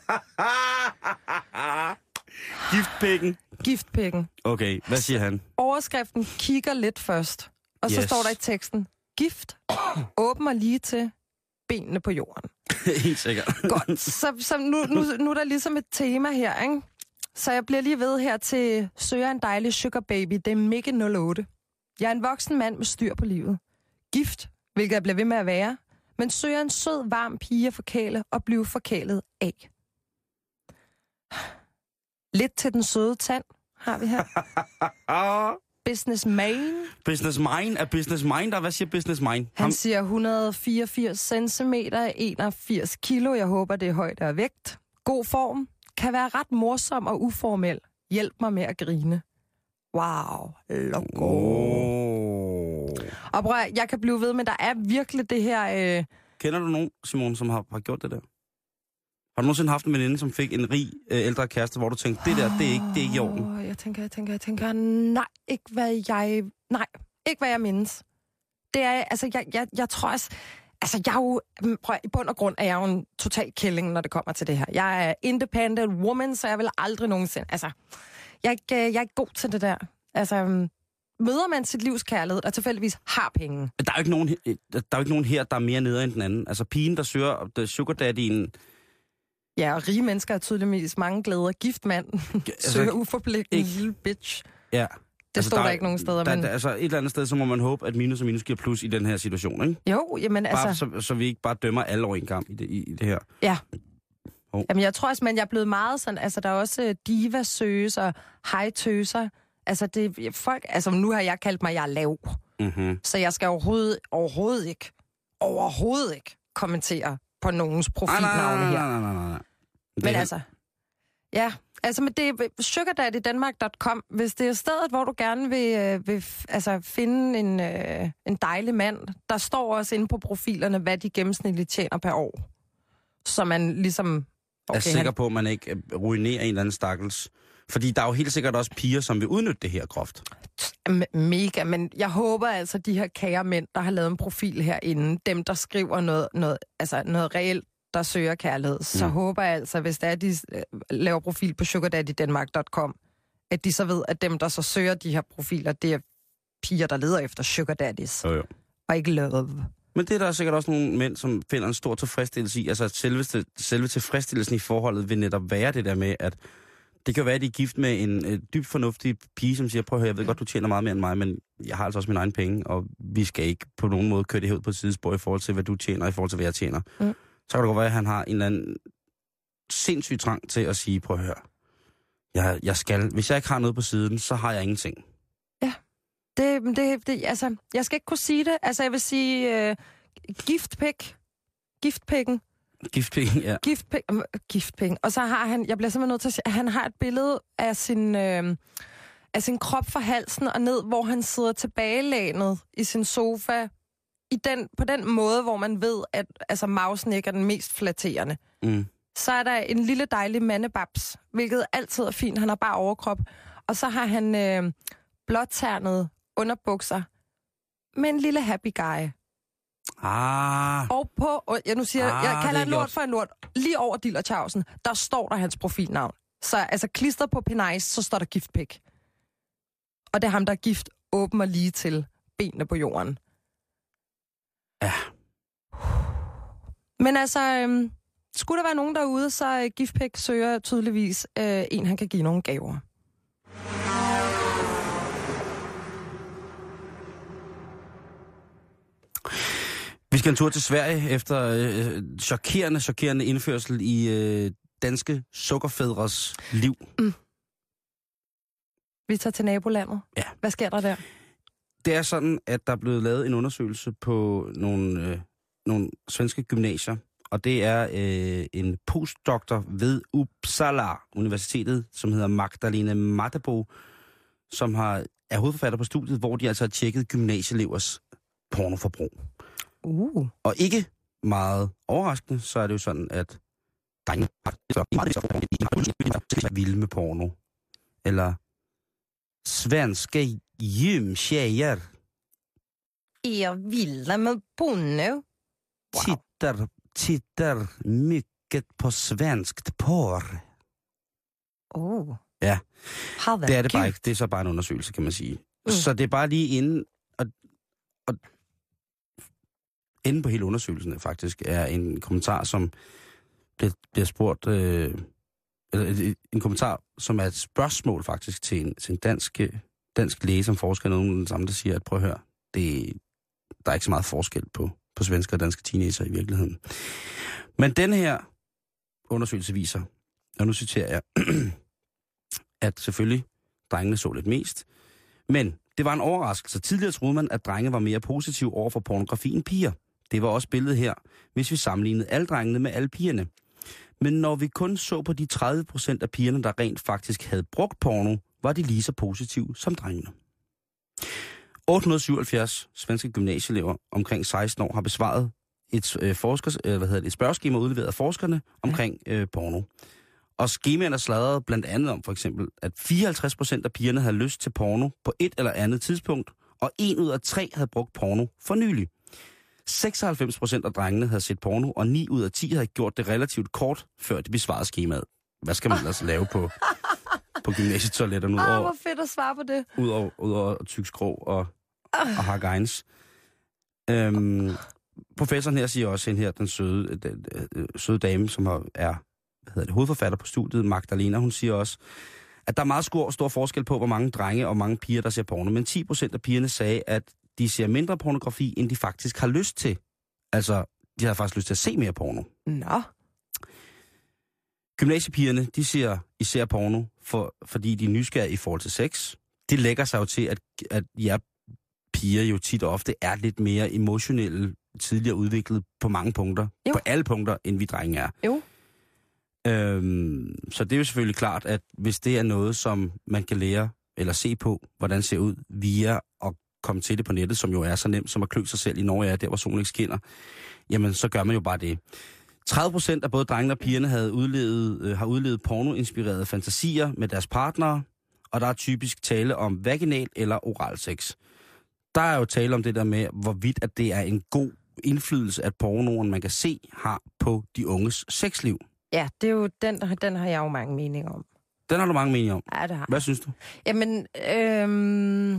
Giftpikken? Giftpikken. Okay, hvad siger han? Overskriften kigger lidt først, og så Yes. står der i teksten, gift, åbner lige til benene på jorden. Helt sikkert. Godt, så, så nu, nu, nu er der ligesom et tema her, ikke? Så jeg bliver lige ved her til søger en dejlig sugar baby. Det er Mikke nul otte. Jeg er en voksen mand med styr på livet. Gift, hvilket jeg bliver ved med at være, men søger en sød, varm pige at forkæle og blive forkælet af. Lidt til den søde tand har vi her. Business man. Business mind er business mind, hvad siger business mind? Han siger et hundrede og fireogfirs centimeter, enogfirs kilo. Jeg håber, det er højde og vægt. God form. Kan være ret morsom og uformel. Hjælp mig med at grine. Wow. Logo. Oh. Og prøv at, jeg kan blive ved, men der er virkelig det her... Øh... Kender du nogen, Simone, som har, har gjort det der? Har du nogensinde haft en veninde, som fik en rig øh, ældre kæreste, hvor du tænkte, det der, det er ikke, det er ikke i orden? Jeg tænker, jeg tænker, jeg tænker, nej, ikke hvad jeg... Nej, ikke hvad jeg mindes. Det er, altså, jeg, jeg, jeg tror også... Altså, jeg er jo... Prøv, i bund og grund er jeg jo en total kælling, når det kommer til det her. Jeg er independent woman, så jeg vil aldrig nogensinde... Altså, jeg er ikke, jeg er ikke god til det der. Altså, møder man sit livs kærlighed, der tilfældigvis har penge. Der er jo ikke nogen, der er jo ikke nogen her, der er mere nede end den anden. Altså, pigen, der søger der sugar daddyen... Ja, og rige mennesker er tydeligvis mange glæder. Gift mand, altså, søger uforpligtende ikke, lille bitch. Ja. Det altså, stod der, der ikke nogen steder. Der, men... der, altså, et eller andet sted, så må man håbe, at minus og minus giver plus i den her situation, ikke? Jo, jamen bare, altså... Så, så vi ikke bare dømmer alle over en kamp i det, i, i det her. Ja. Oh. Jamen, jeg tror også, men jeg er blevet meget sådan... Altså, der er også diva-søs og high-tøser. Altså, det folk... Altså, nu har jeg kaldt mig, jeg er lav. Mm-hmm. Så jeg skal overhovedet, overhovedet ikke, overhovedet ikke kommentere på nogens profilnavne her. Nej, nej, nej, nej, nej. Men altså... Ja, altså men det er sugar daddy danmark punktum com. Hvis det er stedet, hvor du gerne vil, vil altså, finde en, øh, en dejlig mand, der står også inde på profilerne, hvad de gennemsnitligt tjener per år. Så man ligesom... Okay, er sikker han... på, at man ikke ruinerer en eller anden stakkels... Fordi der er jo helt sikkert også piger, som vil udnytte det her groft. Mega, men jeg håber altså, de her kære mænd, der har lavet en profil herinde, dem der skriver noget, noget, altså noget reelt, der søger kærlighed, så mm. håber jeg altså, hvis det er, de laver profil på sugar daddy danmark punktum com, at de så ved, at dem, der så søger de her profiler, det er piger, der leder efter sugar daddies. Jo, jo. Og ikke love. Men det er der sikkert også nogle mænd, som finder en stor tilfredsstillelse i. Altså, at selve, selve tilfredsstillelsen i forholdet vil netop være det der med, at det kan være, at de er gift med en øh, dybt fornuftig pige, som siger, prøv at høre, jeg ved godt, du tjener meget mere end mig, men jeg har altså også mine egne penge, og vi skal ikke på nogen måde køre det her ud på et sidespor i forhold til, hvad du tjener, i forhold til, hvad jeg tjener. Mm. Så kan det godt være, at han har en eller anden sindssyg trang til at sige, prøv at høre, jeg, jeg skal, hvis jeg ikke har noget på siden, så har jeg ingenting. Ja, det, det, det altså, jeg skal ikke kunne sige det. Altså, jeg vil sige, uh, giftpik, giftpikken. Giftpikken, ja. Giftpik, uh, giftpikken. Og så har han, jeg bliver simpelthen nødt til at sige, at han har et billede af sin, uh, af sin krop fra halsen og ned, hvor han sidder tilbagelænet i sin sofa, i den, på den måde, hvor man ved, at altså, mausen ikke er den mest flatterende. Mm. Så er der en lille dejlig mandebabs, hvilket altid er fint. Han har bare overkrop. Og så har han øh, blåternede underbukser med en lille happy guy. Ah. Og på, og jeg nu siger, ah, jeg kalder en lort for en lort, lige over Dillertjavsen, der står der hans profilnavn. Så altså klistret på penejs, så står der giftpik. Og det er ham, der er gift, åben og lige til benene på jorden. Ja. Men altså, øhm, skulle der være nogen derude, så uh, Giftpik søger tydeligvis øh, en, han kan give nogle gaver. Vi skal en tur til Sverige efter øh, chokerende, chokerende indførsel i øh, danske sukkerfædres liv. Mm. Vi tager til nabolandet. Ja. Hvad sker der der? Det er sådan, at der er blevet lavet en undersøgelse på nogle, øh, nogle svenske gymnasier, og det er øh, en postdoktor ved Uppsala Universitetet, som hedder Magdalena Mattebo, som har, er hovedforfatter på studiet, hvor de altså har tjekket gymnasieelevers pornoforbrug. Uh. Og ikke meget overraskende, så er det jo sådan, at der er ingen vilde med porno. Eller svenska gymtjejer Er vilda med porno. Wow. tittar, tittar mycket på svenskt porr. Oh. Ja, Har det er det bare ikke. Det er så bare en undersøgelse, kan man sige. Mm. Så det er bare lige inden, og, og inde på hele undersøgelsen faktisk, er en kommentar, som bliver, bliver spurgt, øh, eller en kommentar, som er et spørgsmål faktisk til en, til en dansk, dansk læge, som forsker nogen af den samme, der siger, at prøv at høre, det, der er ikke så meget forskel på, på svenske og danske teenager i virkeligheden. Men den her undersøgelse viser, og nu citerer jeg, at selvfølgelig drengene så lidt mest, men det var en overraskelse. Tidligere troede man, at drenge var mere positive over for pornografi end piger. Det var også billedet her, hvis vi sammenlignede alle drengene med alle pigerne. Men når vi kun så på de tredive procent af pigerne, der rent faktisk havde brugt porno, var de lige så positive som drengene. otte hundrede syvoghalvfjerds svenske gymnasieelever omkring seksten år har besvaret et, øh, forskers, øh, hvad hedder det, et spørgeskema udleveret af forskerne omkring øh, porno. Og skemaerne sladrede blandt andet om for eksempel, at fireoghalvtreds procent af pigerne havde lyst til porno på et eller andet tidspunkt, og en ud af tre havde brugt porno for nylig. seksoghalvfems procent af drengene havde set porno, og ni ud af ti havde gjort det relativt kort, før de besvarede skemaet. Hvad skal man ellers lave på, på gymnasietoiletterne? Ud Ah, over, hvor fedt at svare på det. ud over, ud over at tykke skrå og, og hakke egens. Øhm, professoren her siger også, hende her, den søde, den, den, søde dame, som er, er hvad hedder det, hovedforfatter på studiet, Magdalena, hun siger også, at der er meget stor, stor forskel på, hvor mange drenge og mange piger, der ser porno. Men ti procent af pigerne sagde, at de ser mindre pornografi, end de faktisk har lyst til. Altså, de har faktisk lyst til at se mere porno. Nå. Gymnasiepigerne, de ser især porno, for, fordi de er nysgerrige i forhold til sex. Det lægger sig jo til, at, at jer piger jo tit og ofte er lidt mere emotionelle, tidligere udviklet på mange punkter. Jo. På alle punkter, end vi drenge er. Jo. Øhm, så det er jo selvfølgelig klart, at hvis det er noget, som man kan lære eller se på, hvordan det ser ud via at komme til det på nettet, som jo er så nemt som at klø sig selv i Norge, der hvor solen ikke skinner, jamen så gør man jo bare det. tredive procent af både drengene og pigerne havde udlevet, øh, har udlevet pornoinspirerede fantasier med deres partnere, og der er typisk tale om vaginal eller oral sex. Der er jo tale om det der med, hvorvidt at det er en god indflydelse, at pornoen, man kan se, har på de unges sexliv. Ja, det er jo den, den har jeg jo mange meninger om. Den har du mange meninger om. Ja, det har Hvad synes du? Jamen, øhm...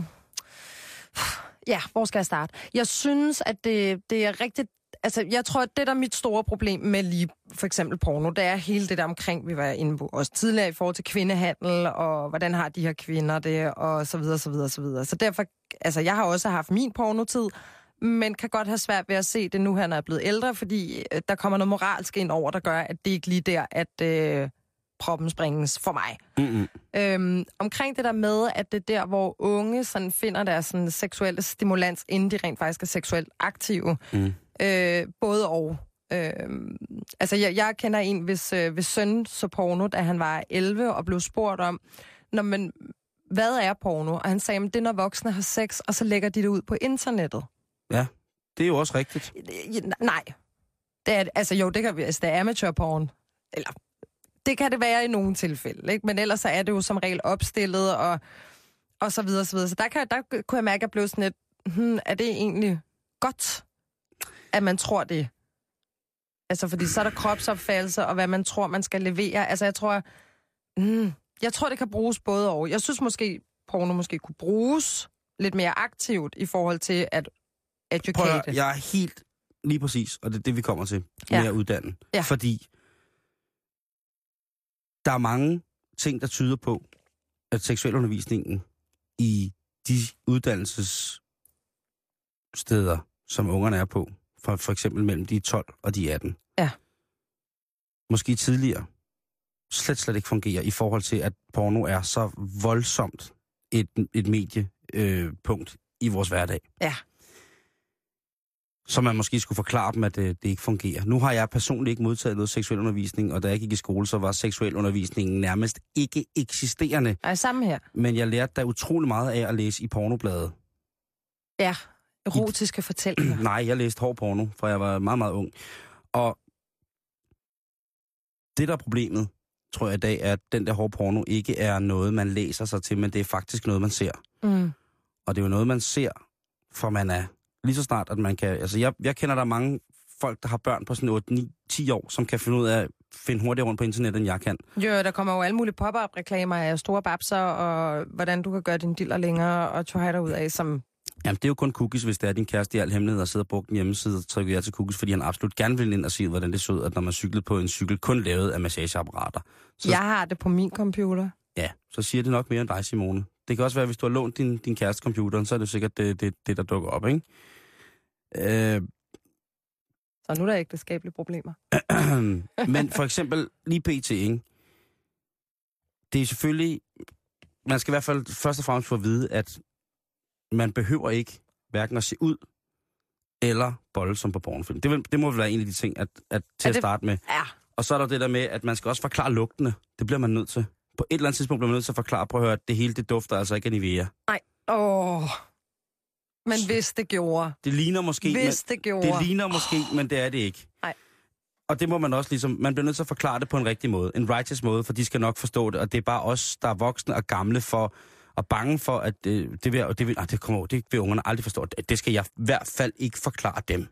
ja, hvor skal jeg starte? Jeg synes, at det, det er rigtigt. Altså, jeg tror, at det, der er mit store problem med lige for eksempel porno, det er hele det der omkring, vi var inde på også tidligere i forhold til kvindehandel, og hvordan har de her kvinder det, og så videre, så videre, så videre. Så derfor, altså, jeg har også haft min pornotid, men kan godt have svært ved at se det nu, han er blevet ældre, fordi øh, der kommer noget moralsk ind over, der gør, at det ikke lige der, at øh, proppen springes for mig. Mm-hmm. Øhm, omkring det der med, at det er der, hvor unge sådan, finder deres sådan, seksuelle stimulans, inden de rent faktisk er seksuelt aktive. Mm. Øh, både og. Øh, altså, jeg, jeg kender en, hvis, øh, hvis søn så porno, da han var elleve, og blev spurgt om, Nå, men, hvad er porno? Og han sagde, at det er, når voksne har sex, og så lægger de det ud på internettet. Ja, det er jo også rigtigt. Nej. Det er, altså jo, det, kan, altså, det er amatørporn. Eller, det kan det være i nogle tilfælde, ikke? Men ellers så er det jo som regel opstillet, og, og så videre, så videre. Så der, kan, der kunne jeg mærke, at jeg blev sådan lidt, hmm, er det egentlig godt, at man tror det? Altså, fordi så er der kropsopfattelse, og hvad man tror, man skal levere. Altså, jeg tror, hmm, jeg tror, det kan bruges både og. Jeg synes måske, porno måske kunne bruges lidt mere aktivt i forhold til at educate. Prøv at, jeg er helt lige præcis, og det er det, vi kommer til, ja. med at uddanne. Ja. Fordi der er mange ting, der tyder på, at seksualundervisningen i de uddannelsessteder, som ungerne er på, for, for eksempel mellem de tolv og de atten, ja. måske tidligere, slet slet ikke fungerer i forhold til, at porno er så voldsomt et, et mediepunkt øh, i vores hverdag. Ja. Så man måske skulle forklare dem, at det, det ikke fungerer. Nu har jeg personligt ikke modtaget noget seksuel undervisning, og da jeg gik i skole, så var seksuel undervisningen nærmest ikke eksisterende. Ej, samme her. Men jeg lærte da utrolig meget af at læse i pornobladet. Ja, erotiske fortællinger. Nej, jeg læste hård porno, for jeg var meget, meget ung. Og det, der er problemet, tror jeg i dag, at den der hårde porno ikke er noget, man læser sig til, men det er faktisk noget, man ser. Mm. Og det er jo noget, man ser, for man er lige så snart, at man kan... Altså, jeg, jeg kender der mange folk, der har børn på sådan otte, ni, ti år, som kan finde ud af at finde hurtigere rundt på internettet, end jeg kan. Jo, der kommer jo alle mulige pop-up-reklamer af store babser, og hvordan du kan gøre din diller længere, og tog dig ud af, som... Jamen, det er jo kun cookies, hvis det er din kæreste i al hemmelighed, og sidder og brugt en hjemmeside og trykker jer til cookies, fordi han absolut gerne vil ind og se, hvordan det så ud, at når man cyklede på en cykel, kun lavet af massageapparater. Så, jeg har det på min computer. Ja, så siger det nok mere end dig, Simone. Det kan også være, hvis du har lånt din, din kæreste computer, så er det sikkert det, det, det der dukker op, ikke? Øh... Så nu er der ægteskabelige problemer. Men for eksempel lige pt, ikke? Det er selvfølgelig... Man skal i hvert fald først og fremmest få at vide, at man behøver ikke hverken at se ud eller bolle som på pornofilm. Det, vil, det må vel være en af de ting, at, at til at det, starte med. Ja. Og så er der det der med, at man skal også forklare lugtene. Det bliver man nødt til. På et eller andet tidspunkt bliver man nødt til at forklare, prøv at høre, at det hele det dufter altså ikke af Nivea. Nej. Åh. Men hvis det gjorde. Det ligner måske, hvis men, det gjorde. Det ligner måske, oh. men det er det ikke. Nej. Og det må man også ligesom, man bliver nødt til at forklare det på en rigtig måde. En righteous måde, for de skal nok forstå det. Og det er bare os, der er voksne og gamle for... og bange for, at det, det, vil, det, vil, det, kommer, det vil ungerne aldrig forstå. Det skal jeg i hvert fald ikke forklare dem.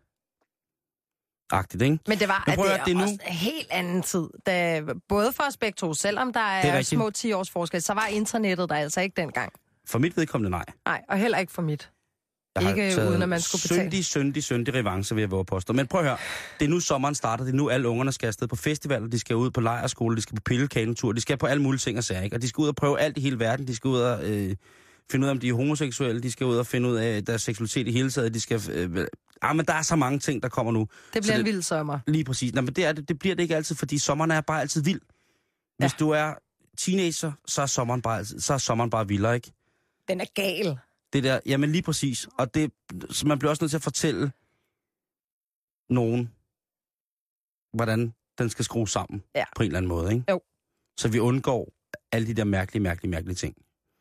Agtigt, ikke? Men det var Men at det, at det er nu... også en helt anden tid. Da, både for os begge to, selvom der er, er små ti års forskel, så var internettet der altså ikke dengang. For mit vedkommende nej. Nej, og heller ikke for mit. Jeg ikke uden at man skulle betale. Syndig, syndig, syndig revanche ved at våge påstå. Men prøv at høre, det er nu sommeren starter, det er nu alle ungerne skal afsted på festivaler, de skal ud på lejrskole, de skal på pillekanetur, de skal på alle mulige ting og sager, ikke? Og de skal ud og prøve alt i hele verden, de skal ud og øh, finde ud af, om de er homoseksuelle, de skal ud og finde ud af deres seksualitet i hele taget, de skal... Øh, ah, men der er så mange ting, der kommer nu. Det bliver så en vild sommer. Lige præcis. Nå, men det, er det, det bliver det ikke altid, fordi sommeren er bare altid vild. Hvis ja. du er teenager, så er sommeren bare, altid, så er sommeren bare vildere, ikke? Den er gal. Det der, jamen lige præcis. Og det, så man bliver også nødt til at fortælle nogen, hvordan den skal skrues sammen ja. på en eller anden måde, ikke? Jo. Så vi undgår alle de der mærkelige, mærkelige, mærkelige ting.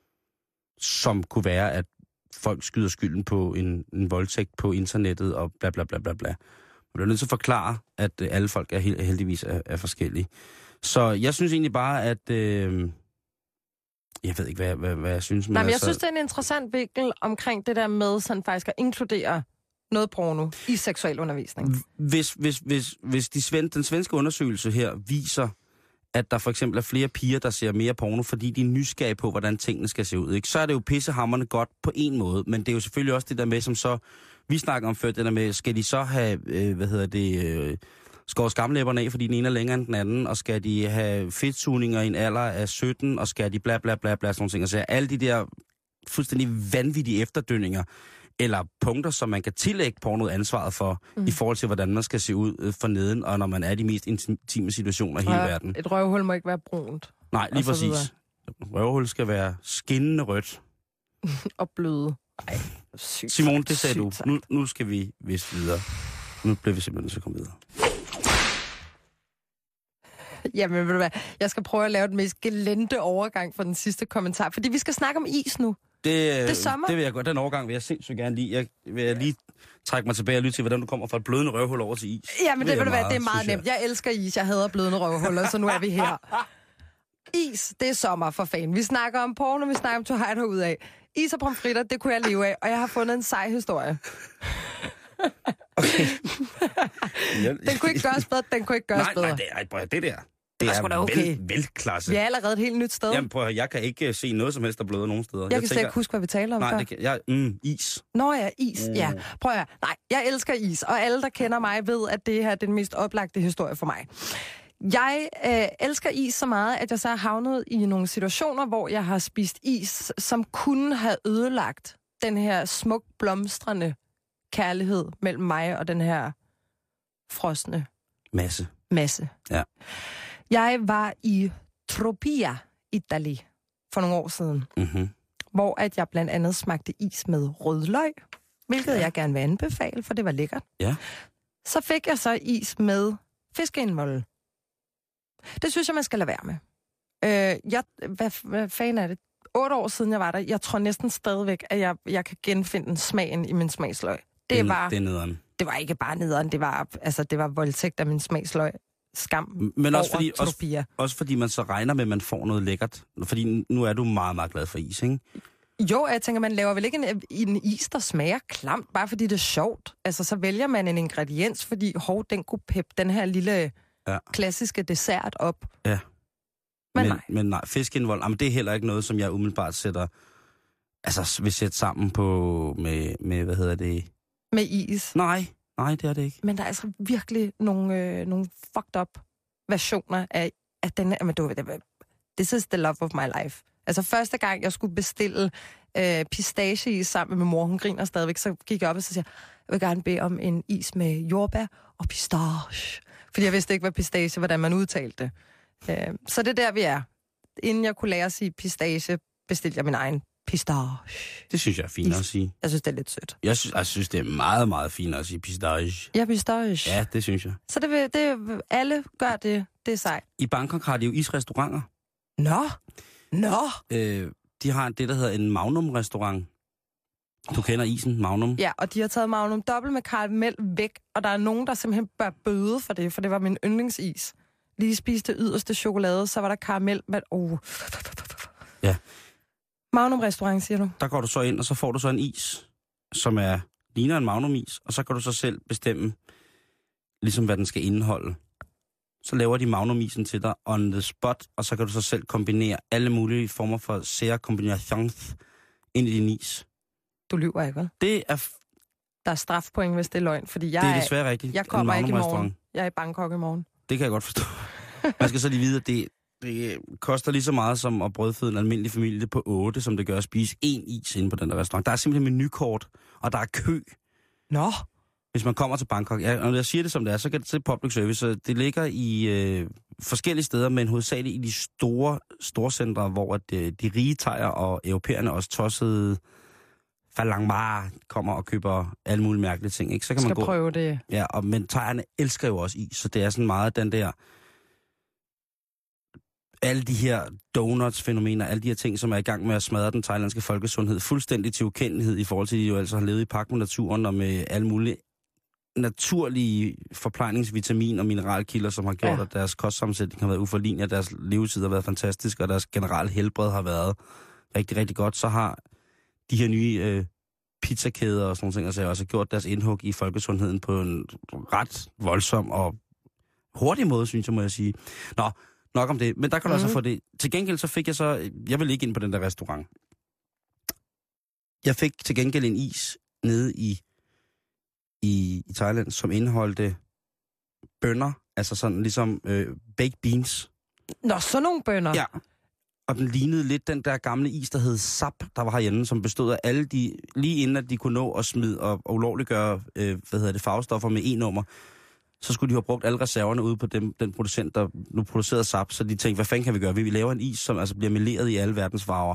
Som kunne være, at folk skyder skylden på en, en voldtægt på internettet og bla bla bla bla bla. Man bliver nødt til at forklare, at øh, alle folk er held, heldigvis er, er forskellige. Så jeg synes egentlig bare, at... Øh, Jeg ved ikke, hvad, hvad, hvad jeg synes. Men Nej, men jeg altså... synes, det er en interessant vinkel omkring det der med sådan faktisk at inkludere noget porno i seksualundervisning. Hvis, hvis, hvis, hvis de sven, den svenske undersøgelse her viser, at der for eksempel er flere piger, der ser mere porno, fordi de er nysgerrige på, hvordan tingene skal se ud, ikke? Så er det jo pissehamrende godt på en måde, men det er jo selvfølgelig også det der med, som så... Vi snakker om før, det der med, skal de så have, øh, hvad hedder det... Øh, skåret skamlæberne af, fordi den ene er længere end den anden, og skal de have fedtsugninger i en alder af sytten, og skal de bla bla bla bla, sådan nogle ting. Og så alle de der fuldstændig vanvittige efterdønninger, eller punkter, som man kan tillægge pornoet ansvaret for, mm. i forhold til, hvordan man skal se ud for neden, og når man er i de mest intime situationer i hele ja, verden. Et røvhul må ikke være brunt. Nej, lige præcis. Røvhul skal være skinnende rødt. og bløde. Ej, sygt. Simone, det sagde du. Nu, nu skal vi vist videre. Nu bliver vi simpelthen så komme videre. Jamen, ved du hvad, jeg skal prøve at lave den mest gelente overgang for den sidste kommentar, fordi vi skal snakke om is nu. Det, det er sommer. Det vil jeg godt. Den overgang vil jeg sindssygt gerne lide. Jeg vil lige trække mig tilbage og lytte til, hvordan du kommer fra et blødende røvhul over til is. Ja, men det, det, det, det, meget, det er meget nemt. Jeg elsker is. Jeg hader blødende røvhuller, så nu er vi her. Is, det er sommer for fanden. Vi snakker om porno, vi snakker om to hejder ud af. Is og pomfritter, det kunne jeg leve af, og jeg har fundet en sej historie. Okay. den kunne ikke gøres bedre, den kunne ikke gøres nej, bedre. Nej, det er, prøv, det der, det er, er okay. vel, velklasse. Vi er allerede et helt nyt sted. Jamen prøv, jeg kan ikke se noget som helst, der bløder nogen steder. Jeg, jeg kan slet ikke huske, hvad vi taler om nej, før. Det kan, jeg, mm, is. Nå ja, is, mm. ja. Prøv at nej, jeg elsker is, og alle, der kender mig, ved, at det her er den mest oplagte historie for mig. Jeg øh, elsker is så meget, at jeg så har havnet i nogle situationer, hvor jeg har spist is, som kunne have ødelagt den her smuk blomstrende kærlighed mellem mig og den her frosne masse. masse. Ja. Jeg var i Tropia, Italy, for nogle år siden, mm-hmm. hvor at jeg blandt andet smagte is med rødløg, hvilket ja. jeg gerne vil anbefale, for det var lækkert. Ja. Så fik jeg så is med fiskeindvold. Det synes jeg, man skal lade være med. Øh, jeg, hvad, hvad fanden er det? Otte år siden jeg var der, jeg tror næsten stadigvæk, at jeg, jeg kan genfinde smagen i min smagsløg. Det, det var, det er nederen. Det var ikke bare nederen, det var, altså, det var voldtægt af min smagsløg. skam Men også over fordi, Tropia. også, også fordi man så regner med, at man får noget lækkert. Fordi nu er du meget, meget glad for is, ikke? Jo, jeg tænker, man laver vel ikke en, en is, der smager klamt, bare fordi det er sjovt. Altså, så vælger man en ingrediens, fordi hov, den kunne peppe den her lille ja. klassiske dessert op. Ja. Men, men nej. Men nej, fiskeindvold, jamen, det er heller ikke noget, som jeg umiddelbart sætter, altså vil sætte sammen på med, med, hvad hedder det? Med is. Nej, nej, det er det ikke. Men der er altså virkelig nogle, øh, nogle fucked up versioner af, af den her, men du ved, this is the love of my life. Altså første gang, jeg skulle bestille øh, pistacheis sammen med min mor, hun griner stadigvæk, så gik jeg op og så siger, jeg vil gerne bede om en is med jordbær og pistache. Fordi jeg vidste ikke, hvad pistache, hvordan man udtalte det. Øh, så det er der, vi er. Inden jeg kunne lære at sige pistache, bestilte jeg min egen pistache. Det synes jeg er fint at sige. Jeg synes, det er lidt sødt. Jeg synes, jeg synes det er meget, meget fint at sige pistache. Ja, pistache. Ja, det synes jeg. Så det vil, det, alle gør det. Det er sejt. I Bangkok har de jo isrestauranter. Nå, nå. Øh, de har det, der hedder en Magnum-restaurant. Du kender isen, Magnum. Ja, og de har taget Magnum dobbelt med karamel væk, og der er nogen, der simpelthen bør bøde for det, for det var min yndlingsis. Lige spiste yderste chokolade, så var der karamel med... Oh. Ja. Magnum-restaurant, siger du? Der går du så ind, og så får du så en is, som er ligner en Magnum-is, og så kan du så selv bestemme, ligesom hvad den skal indeholde. Så laver de Magnum-isen til dig on the spot, og så kan du så selv kombinere alle mulige former for sære kombinations ind i din is. Du lyver ikke, vel? Det er... F- der er strafpoint, hvis det er løgn, fordi jeg det er desværre rigtigt. Jeg kommer ikke i morgen. Jeg er i Bangkok i morgen. Det kan jeg godt forstå. Man skal så lige vide, at det, det koster lige så meget som at brødføde en almindelig familie på otte, som det gør at spise én is inde på den der restaurant. Der er simpelthen menukort, og der er kø. Nå. Hvis man kommer til Bangkok. Ja, når jeg siger det som det er, så kan det til public service. Så det ligger i øh, forskellige steder, men hovedsageligt i de store storcentre, hvor at, øh, de rige tejer og europæerne også tossede falangmar kommer og køber alle mulige mærkelige ting. Ikke? Så kan skal man gå. Prøve det. Ja, og, men thaierne elsker jo også is, så det er sådan meget den der... alle de her donuts-fænomener, alle de her ting, som er i gang med at smadre den thailandske folkesundhed, fuldstændig til ukendelighed i forhold til, at de jo altså har levet i pagt med naturen og med alle mulige naturlige forplejningsvitamin- og mineralkilder, som har gjort, ja. At deres kostsammensætning har været uforlignelig, og deres levetid har været fantastisk, og deres generelle helbred har været rigtig, rigtig godt. Så har de her nye øh, pizzakæder og sådan nogle ting, altså også gjort deres indhug i folkesundheden på en ret voldsom og hurtig måde, synes jeg, må jeg sige. Nå, nok om det. Men der kan du mm. altså få det. Til gengæld så fik jeg så... Jeg vil ikke ind på den der restaurant. Jeg fik til gengæld en is nede i, i, i Thailand, som indeholdte bønner. Altså sådan ligesom øh, baked beans. Nå, sådan nogle bønner? Ja. Og den lignede lidt den der gamle is, der hed Sap, der var herhjemme, som bestod af alle de... Lige inden at de kunne nå at smide og, og ulovliggøre, øh, hvad hedder det, farvestoffer med E-nummer, så skulle de have brugt alle reserverne ude på dem, den producent, der nu producerede Sap, så de tænkte, hvad fanden kan vi gøre? Vi laver en is, som altså bliver meleret i alle verdens farver.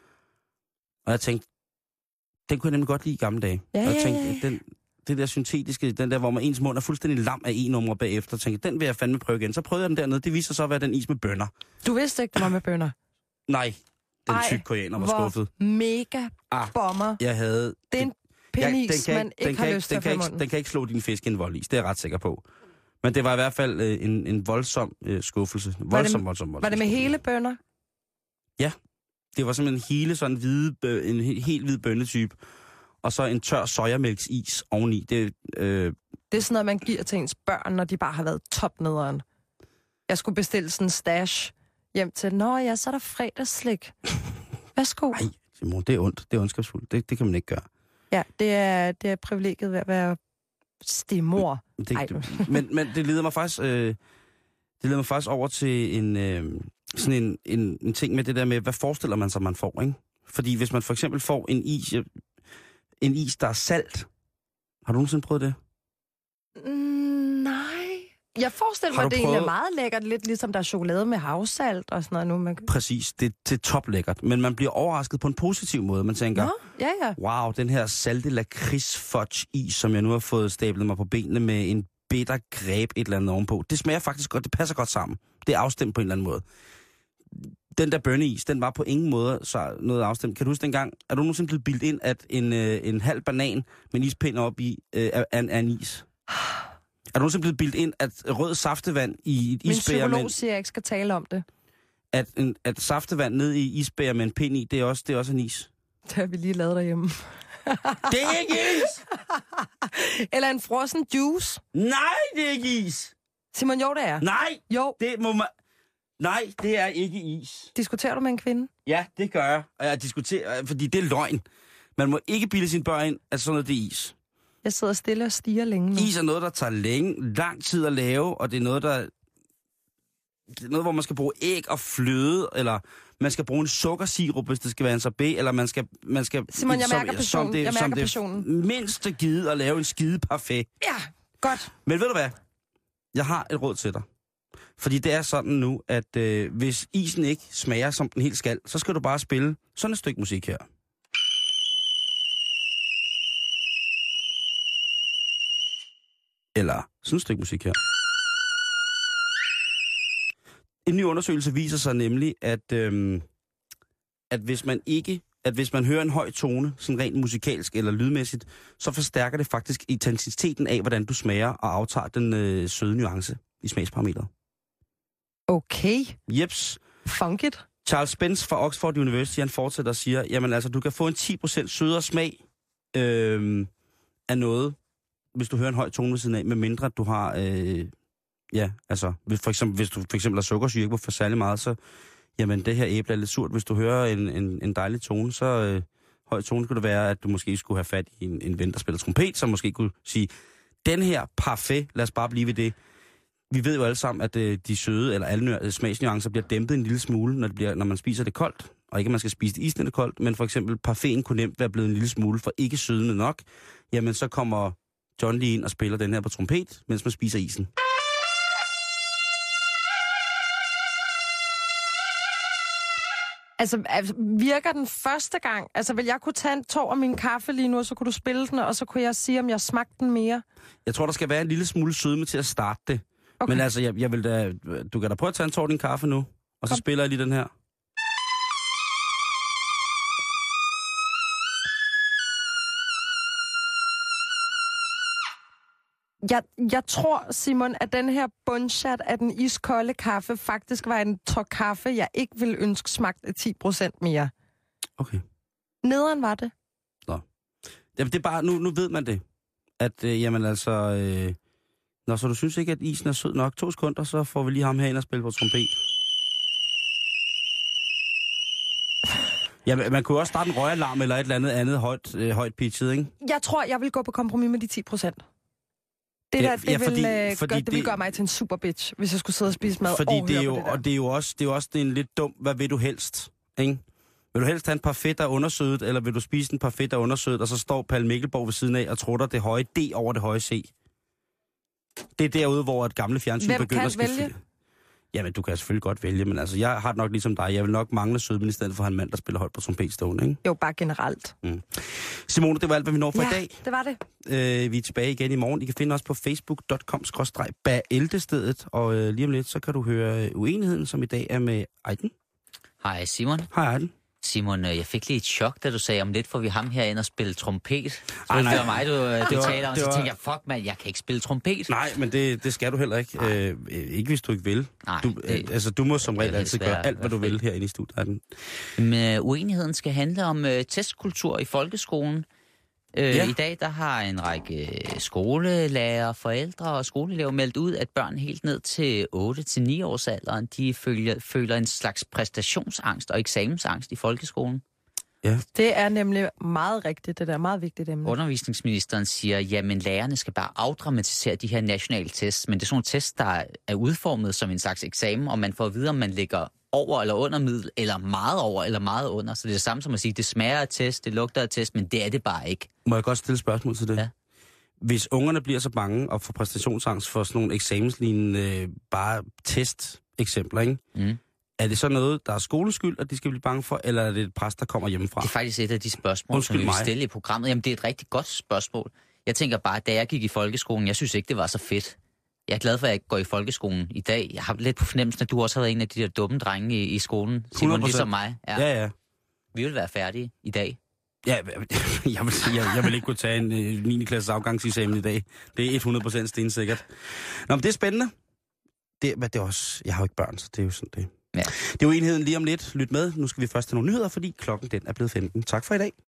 Og jeg tænkte, den kunne jeg nemlig godt lide i gamle dage. Ja, og jeg tænkte, ja, ja. den, det der syntetiske, den der, hvor man ens mund er fuldstændig lam af E-numre bagefter, tænkte, den vil jeg fandme prøve igen. Så prøvede jeg den dernede. Det viser så at være den is med bønner. Du vidste ikke, det var med bønner? Nej, den tyk koreaner var skuffet. Mega bomber. Ah, jeg havde... Det er en penis, man ikke den har kan lyst til at få i munden. Den kan ikke slå din fiskeindvoldis, det er jeg ret sikker på. Men det var i hvert fald øh, en, en voldsom øh, skuffelse. Voldsom, var det, voldsom, voldsom, voldsom Var det med skuffelse. hele bønner? Ja. Det var simpelthen hele sådan hvide, bø, en helt, helt hvid bønnetype. Og så en tør sojamælksis oveni. Det, øh... det er sådan noget, man giver til ens børn, når de bare har været topnederen. Jeg skulle bestille sådan en stash hjem til. Nå ja, så er der fredagsslik. Værsgo. Nej, Simon, det er ondt. Det er ondskabsfuldt. Det, det kan man ikke gøre. Ja, det er, det er privilegiet ved at være stemor. Det, det, men, men det leder mig faktisk, øh, det leder mig faktisk over til en, øh, sådan en, en, en ting med det der med, hvad forestiller man sig, man får, ikke? Fordi hvis man for eksempel får en is, en is, der er salt. Har du nogensinde prøvet det? Mm, nej. Jeg forestiller mig, at det prøvet... egentlig er meget lækkert, lidt ligesom der er chokolade med havsalt og sådan noget nu. Man... Præcis, det, det er toplækkert, men man bliver overrasket på en positiv måde. Man tænker, Nå, ja, ja. Wow, den her salte lakrids fudge is, som jeg nu har fået stablet mig på benene med en bitter greb et eller andet ovenpå. Det smager faktisk godt, det passer godt sammen. Det er afstemt på en eller anden måde. Den der bønneis, den var på ingen måde så noget afstemt. Kan du huske dengang, er du nogensinde blevet bildt ind, at en, øh, en halv banan med en ispind op i øh, er, er en is? Er du nogensinde blevet bildt ind, at rød saftevand i et Min isbæger... psykolog med, siger, at jeg ikke skal tale om det. at, en, at saftevand ned i isbæger med en pind i, det er også, det er også en is? Det har vi lige lavet derhjemme. Det er ikke is! Eller en frossen juice. Nej, det er ikke is! Simon, jo, det er. Nej, Jo. det må man... Nej, det er ikke is. Diskuterer du med en kvinde? Ja, det gør jeg. Og jeg diskuterer, fordi det er løgn. Man må ikke bilde sine børn ind, at sådan noget det er is. Jeg sidder stille og stiger længe nu. Is er noget, der tager længe, lang tid at lave, og det er noget, der... Det er noget, hvor man skal bruge æg og fløde, eller man skal bruge en sukkersirup, hvis det skal være en sorbet, eller man skal... Man skal Simon, jeg som, mærker passionen. Som det, Jeg mærker som det passionen. mindste givet at lave en skide parfait. Ja, godt. Men ved du hvad? Jeg har et råd til dig. Fordi det er sådan nu, at øh, hvis isen ikke smager, som den helt skal, så skal du bare spille sådan et stykke musik her. Eller sådan et stykke musik her. En ny undersøgelse viser sig nemlig, at, øhm, at hvis man ikke, at hvis man hører en høj tone, sådan rent musikalsk eller lydmæssigt, så forstærker det faktisk intensiteten af, hvordan du smager og aftager den øh, søde nuance i smagsparametret. Okay. Jeps. Funkigt. Charles Spence fra Oxford University, han fortsætter og siger, jamen altså, du kan få en ti procent sødere smag øh, af noget, hvis du hører en høj tone ved siden af, med mindre du har, øh, ja, altså, hvis, for eksempel, hvis du for eksempel har sukkersyre ikke for særlig meget, så, jamen, det her æble er lidt surt. Hvis du hører en, en, en dejlig tone, så øh, høj tone skulle det være, at du måske skulle have fat i en, en ven, der spiller trompet, som måske kunne sige, den her parfait, lad os bare blive ved det. Vi ved jo alle sammen, at øh, de søde eller alle smagsnuancer bliver dæmpet en lille smule, når, det bliver, når man spiser det koldt. Og ikke, at man skal spise det isnende koldt, men for eksempel parfaiten kunne nemt være blevet en lille smule for ikke sødende nok. Jamen, så kommer John lige ind og spiller den her på trompet, mens man spiser isen. Altså, altså, virker den første gang? Altså, vil jeg kunne tage en tår af min kaffe lige nu, og så kunne du spille den, og så kunne jeg sige, om jeg smagte den mere? Jeg tror, der skal være en lille smule sødme til at starte det. Okay. Men altså, jeg, jeg vil da, du kan da prøve at tage en tår af din kaffe nu, og så Kom. spiller jeg lige den her. Jeg, jeg tror, Simon, at den her bundchat af den iskolde kaffe faktisk var en tår kaffe, jeg ikke ville ønske smagte ti procent mere. Okay. Nederen var det. Nå. Jamen, det er bare, nu, nu ved man det. At, øh, jamen altså, øh, når så du synes ikke, at isen er sød nok, to sekunder, så får vi lige ham herinde og spille på trompet. Ja, man kunne også starte en røgalarm eller et eller andet andet højt, øh, højt pitchet, ikke? Jeg tror, jeg vil gå på kompromis med de ti procent. Det, Ja, der, det, ja, fordi- vil, øh, fordi gøre, det, det- vil gøre mig til en super bitch, hvis jeg skulle sidde og spise mad Fordi og det er høre jo, på det der. og det er jo også, det er jo også det er en lidt dum, hvad vil du helst, ikke? Vil du helst have en parfait, der er undersødet, eller vil du spise en parfait, der er undersødet, og så står Palle Mikkelborg ved siden af og trutter det høje D over det høje C? Det er derude, hvor et gamle fjernsyn Hvem begynder kan at skifte. vælge? Jamen, du kan selvfølgelig godt vælge, men altså, jeg har det nok ligesom dig. Jeg vil nok mangle sødmen i stedet for at have en mand, der spiller højt på trompetstående, ikke? Jo, bare generelt. Mm. Simone, det var alt, hvad vi når for Ja, i dag. det var det. Øh, vi er tilbage igen i morgen. I kan finde os på facebook punktum com skråstreg bæltestedet, og øh, lige om lidt, så kan du høre uenigheden, som i dag er med Ejden. Hej Simon. Hej Ejden. Simon, jeg fik lige et chok, da du sagde, om lidt får vi ham herinde og spille trompet. Så Ej, nej. det var mig, du, du var- taler om, det så var- tænkte jeg, fuck mand, jeg kan ikke spille trompet. Nej, men det, det skal du heller ikke. Øh, ikke hvis du ikke vil. Nej, du, det- øh, altså, du må som det regel vil altid helst være- gøre alt, hvad du være vil fri. herinde i studiet. Ejden. Men uh, uenigheden skal handle om uh, testkultur i folkeskolen. Uh, Ja. I dag der har en række skolelærer, forældre og skoleelever meldt ud, at børn helt ned til otte til ni års alderen, de følger, føler en slags præstationsangst og eksamensangst i folkeskolen. Det er nemlig meget rigtigt, det der er meget vigtigt emne. Undervisningsministeren siger, jamen lærerne skal bare afdramatisere de her nationale tests, men det er sådan nogle tests, der er udformet som en slags eksamen, og man får at vide, om man ligger over eller under middel, eller meget over eller meget under. Så det er det samme som at sige, det smager af test, det lugter af test, men det er det bare ikke. Må jeg godt stille et spørgsmål til det? Ja. Hvis ungerne bliver så bange og får præstationsangst for sådan nogle eksamenslignende øh, bare test-eksempler, ikke? Mm. Er det så noget, der er skoleskyld, at de skal blive bange for, eller er det et pres, der kommer hjemmefra? Det er faktisk et af de spørgsmål, Undskyld som vi vil mig. stille i programmet. Jamen det er et rigtig godt spørgsmål. Jeg tænker bare, da jeg gik i folkeskolen, jeg synes ikke, det var så fedt. Jeg er glad for, at jeg ikke går i folkeskolen i dag. Jeg har lidt på fornemmelsen, at du også har været en af de der dumme drenge i, i skolen. Simon, hundrede procent. ligesom mig. Ja, ja. Vi vil være færdige i dag. Ja, jeg vil, sige, jeg, jeg vil ikke kunne tage en øh, niende klasses afgangseksamen i dag. Det er hundrede procent stensikkert. Nå, men det er spændende. Det, men det er også... Jeg har jo ikke børn, så det er jo sådan det. Ja. Det er jo enheden lige om lidt. Lyt med. Nu skal vi først til nogle nyheder, fordi klokken den er blevet femten. Tak for i dag.